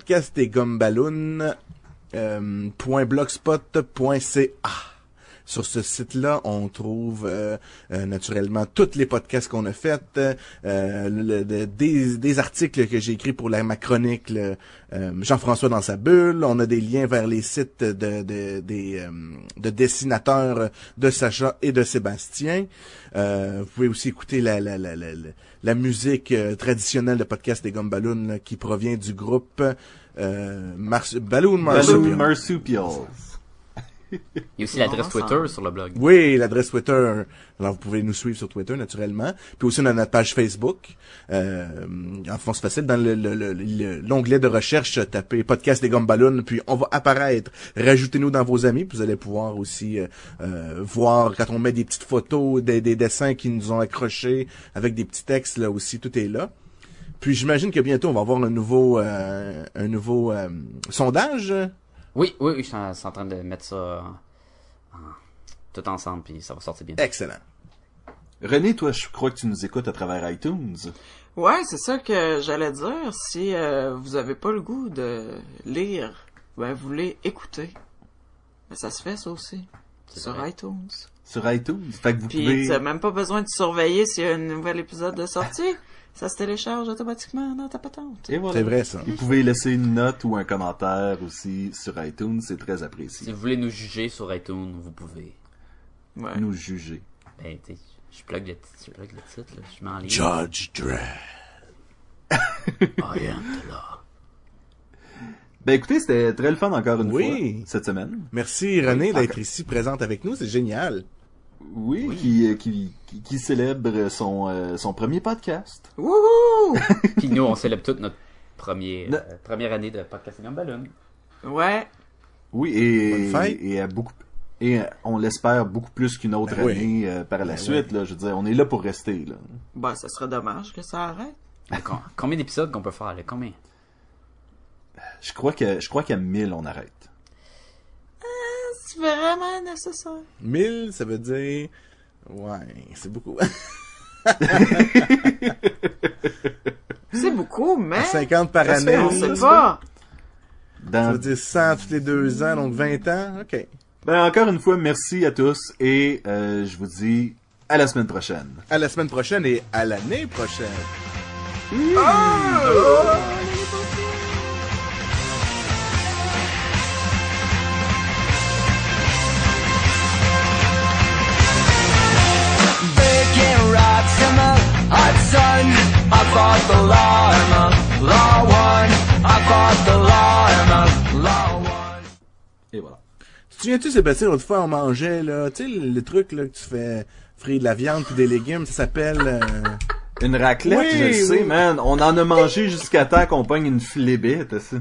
podcastdesgumballoons.blogspot.ca. Sur ce site-là, on trouve naturellement tous les podcasts qu'on a faits, des articles que j'ai écrits pour ma chronique, Jean-François dans sa bulle. On a des liens vers les sites de dessinateurs de Sacha et de Sébastien. Vous pouvez aussi écouter la musique traditionnelle de podcast des Gumballoons là, qui provient du groupe Balloon Marsupials. Il y a aussi l'adresse Twitter sur le blog. Oui, l'adresse Twitter. Alors, vous pouvez nous suivre sur Twitter, naturellement. Puis aussi, on a notre page Facebook. En fond, c'est facile. Dans l'onglet de recherche, tapez Podcast des Gumballoons, puis on va apparaître. Rajoutez-nous dans vos amis, puis vous allez pouvoir aussi voir quand on met des petites photos, des dessins qui nous ont accrochés, avec des petits textes, là aussi, tout est là. Puis j'imagine que bientôt, on va avoir un nouveau sondage. Oui, je suis en train de mettre ça tout ensemble, puis ça va sortir bien. Excellent. René, toi, je crois que tu nous écoutes à travers iTunes. Ouais, c'est ça que j'allais dire. Si vous avez pas le goût de lire, ben vous voulez écouter. Ben, ça se fait, ça aussi. Sur iTunes. Sur iTunes. Fait que vous Puis pouvez... t'as même pas besoin de surveiller s'il y a un nouvel épisode de sortie. Ça se télécharge automatiquement dans ta patente. Et voilà. C'est vrai, ça. Vous pouvez laisser une note ou un commentaire aussi sur iTunes, c'est très apprécié. Si vous voulez nous juger sur iTunes, vous pouvez. Ouais. Nous juger. Ben, tu sais, je plug le titre, là. Je mets en ligne. Judge Dredd. I am the law. Ben écoutez, c'était très le fun encore une Oui. fois cette semaine. Merci, René, d'être encore. ici présente avec nous. C'est génial. Oui, qui célèbre son premier podcast. Wouhou! Puis nous, on célèbre toute notre première année de Podcast Gumballoon. Ouais. Oui, Bonne fête. et on l'espère beaucoup plus qu'une autre Ben oui. année par la suite. Là, je veux dire, on est là pour rester. Là. Ben, ça serait dommage que ça arrête. Combien d'épisodes qu'on peut faire, là? Combien? Je crois qu'à 1000 on arrête. C'est vraiment nécessaire. 1000, ça veut dire... Ouais, c'est beaucoup. C'est beaucoup, mais... 50 par Ça se année. fait, On oui. sait pas. Ça veut dire 100 tous les 2 ans, donc 20 ans. OK. Ben encore une fois, merci à tous et je vous dis à la semaine prochaine. À la semaine prochaine et à l'année prochaine. Breaking rocks in the hot sun. I fought the law and the law won. I fought the law and the law won. Et voilà. Tu te souviens-tu, Sébastien, l'autre fois, on mangeait, là, tu sais, le truc, là, que tu fais frire de la viande puis des légumes, ça s'appelle... Une raclette, Oui, je le sais, oui. man. On en a mangé jusqu'à temps qu'on pogne une flébite. Ça.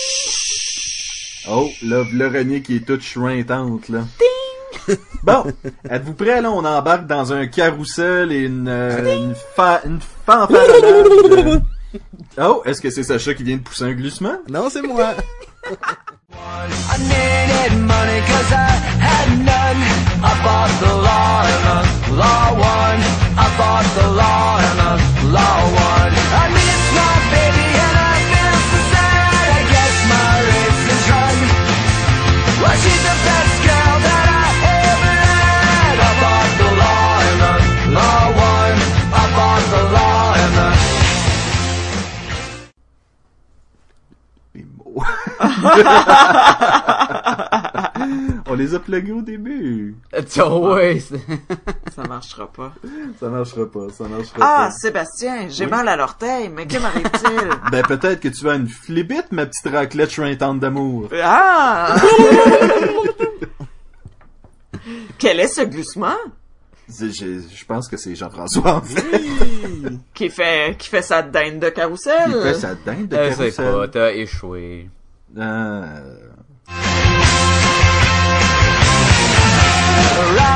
Oh, là, le René qui est toute chouintante, là. Bon, êtes-vous prêts, là? On embarque dans un carrousel et une fanfaronnade. Oh, est-ce que c'est Sacha qui vient de pousser un gloussement? Non, c'est moi. I needed money 'cause I had none. I fought the law and the law won. I fought the law and the law won. I miss my baby and I feel so sad. I guess my race is run. Well, she's the best girl that I ever had. I fought the law and the law won. I fought the law and the... Les mots. On les a plugués au début. Ouais, Ça marchera pas. Ça marchera pas, ça marchera Ah, pas. Sébastien, j'ai Oui. mal à l'orteil, mais que m'arrive-t-il? Ben peut-être que tu as une flébite, ma petite raclette chouintante d'amour. Ah! Quel est ce gloussement? Je pense que c'est Jean-François, en fait. Qui fait sa dinde de carrousel? Il fait sa dinde de c'est carrousel. pas, t'as échoué. Right.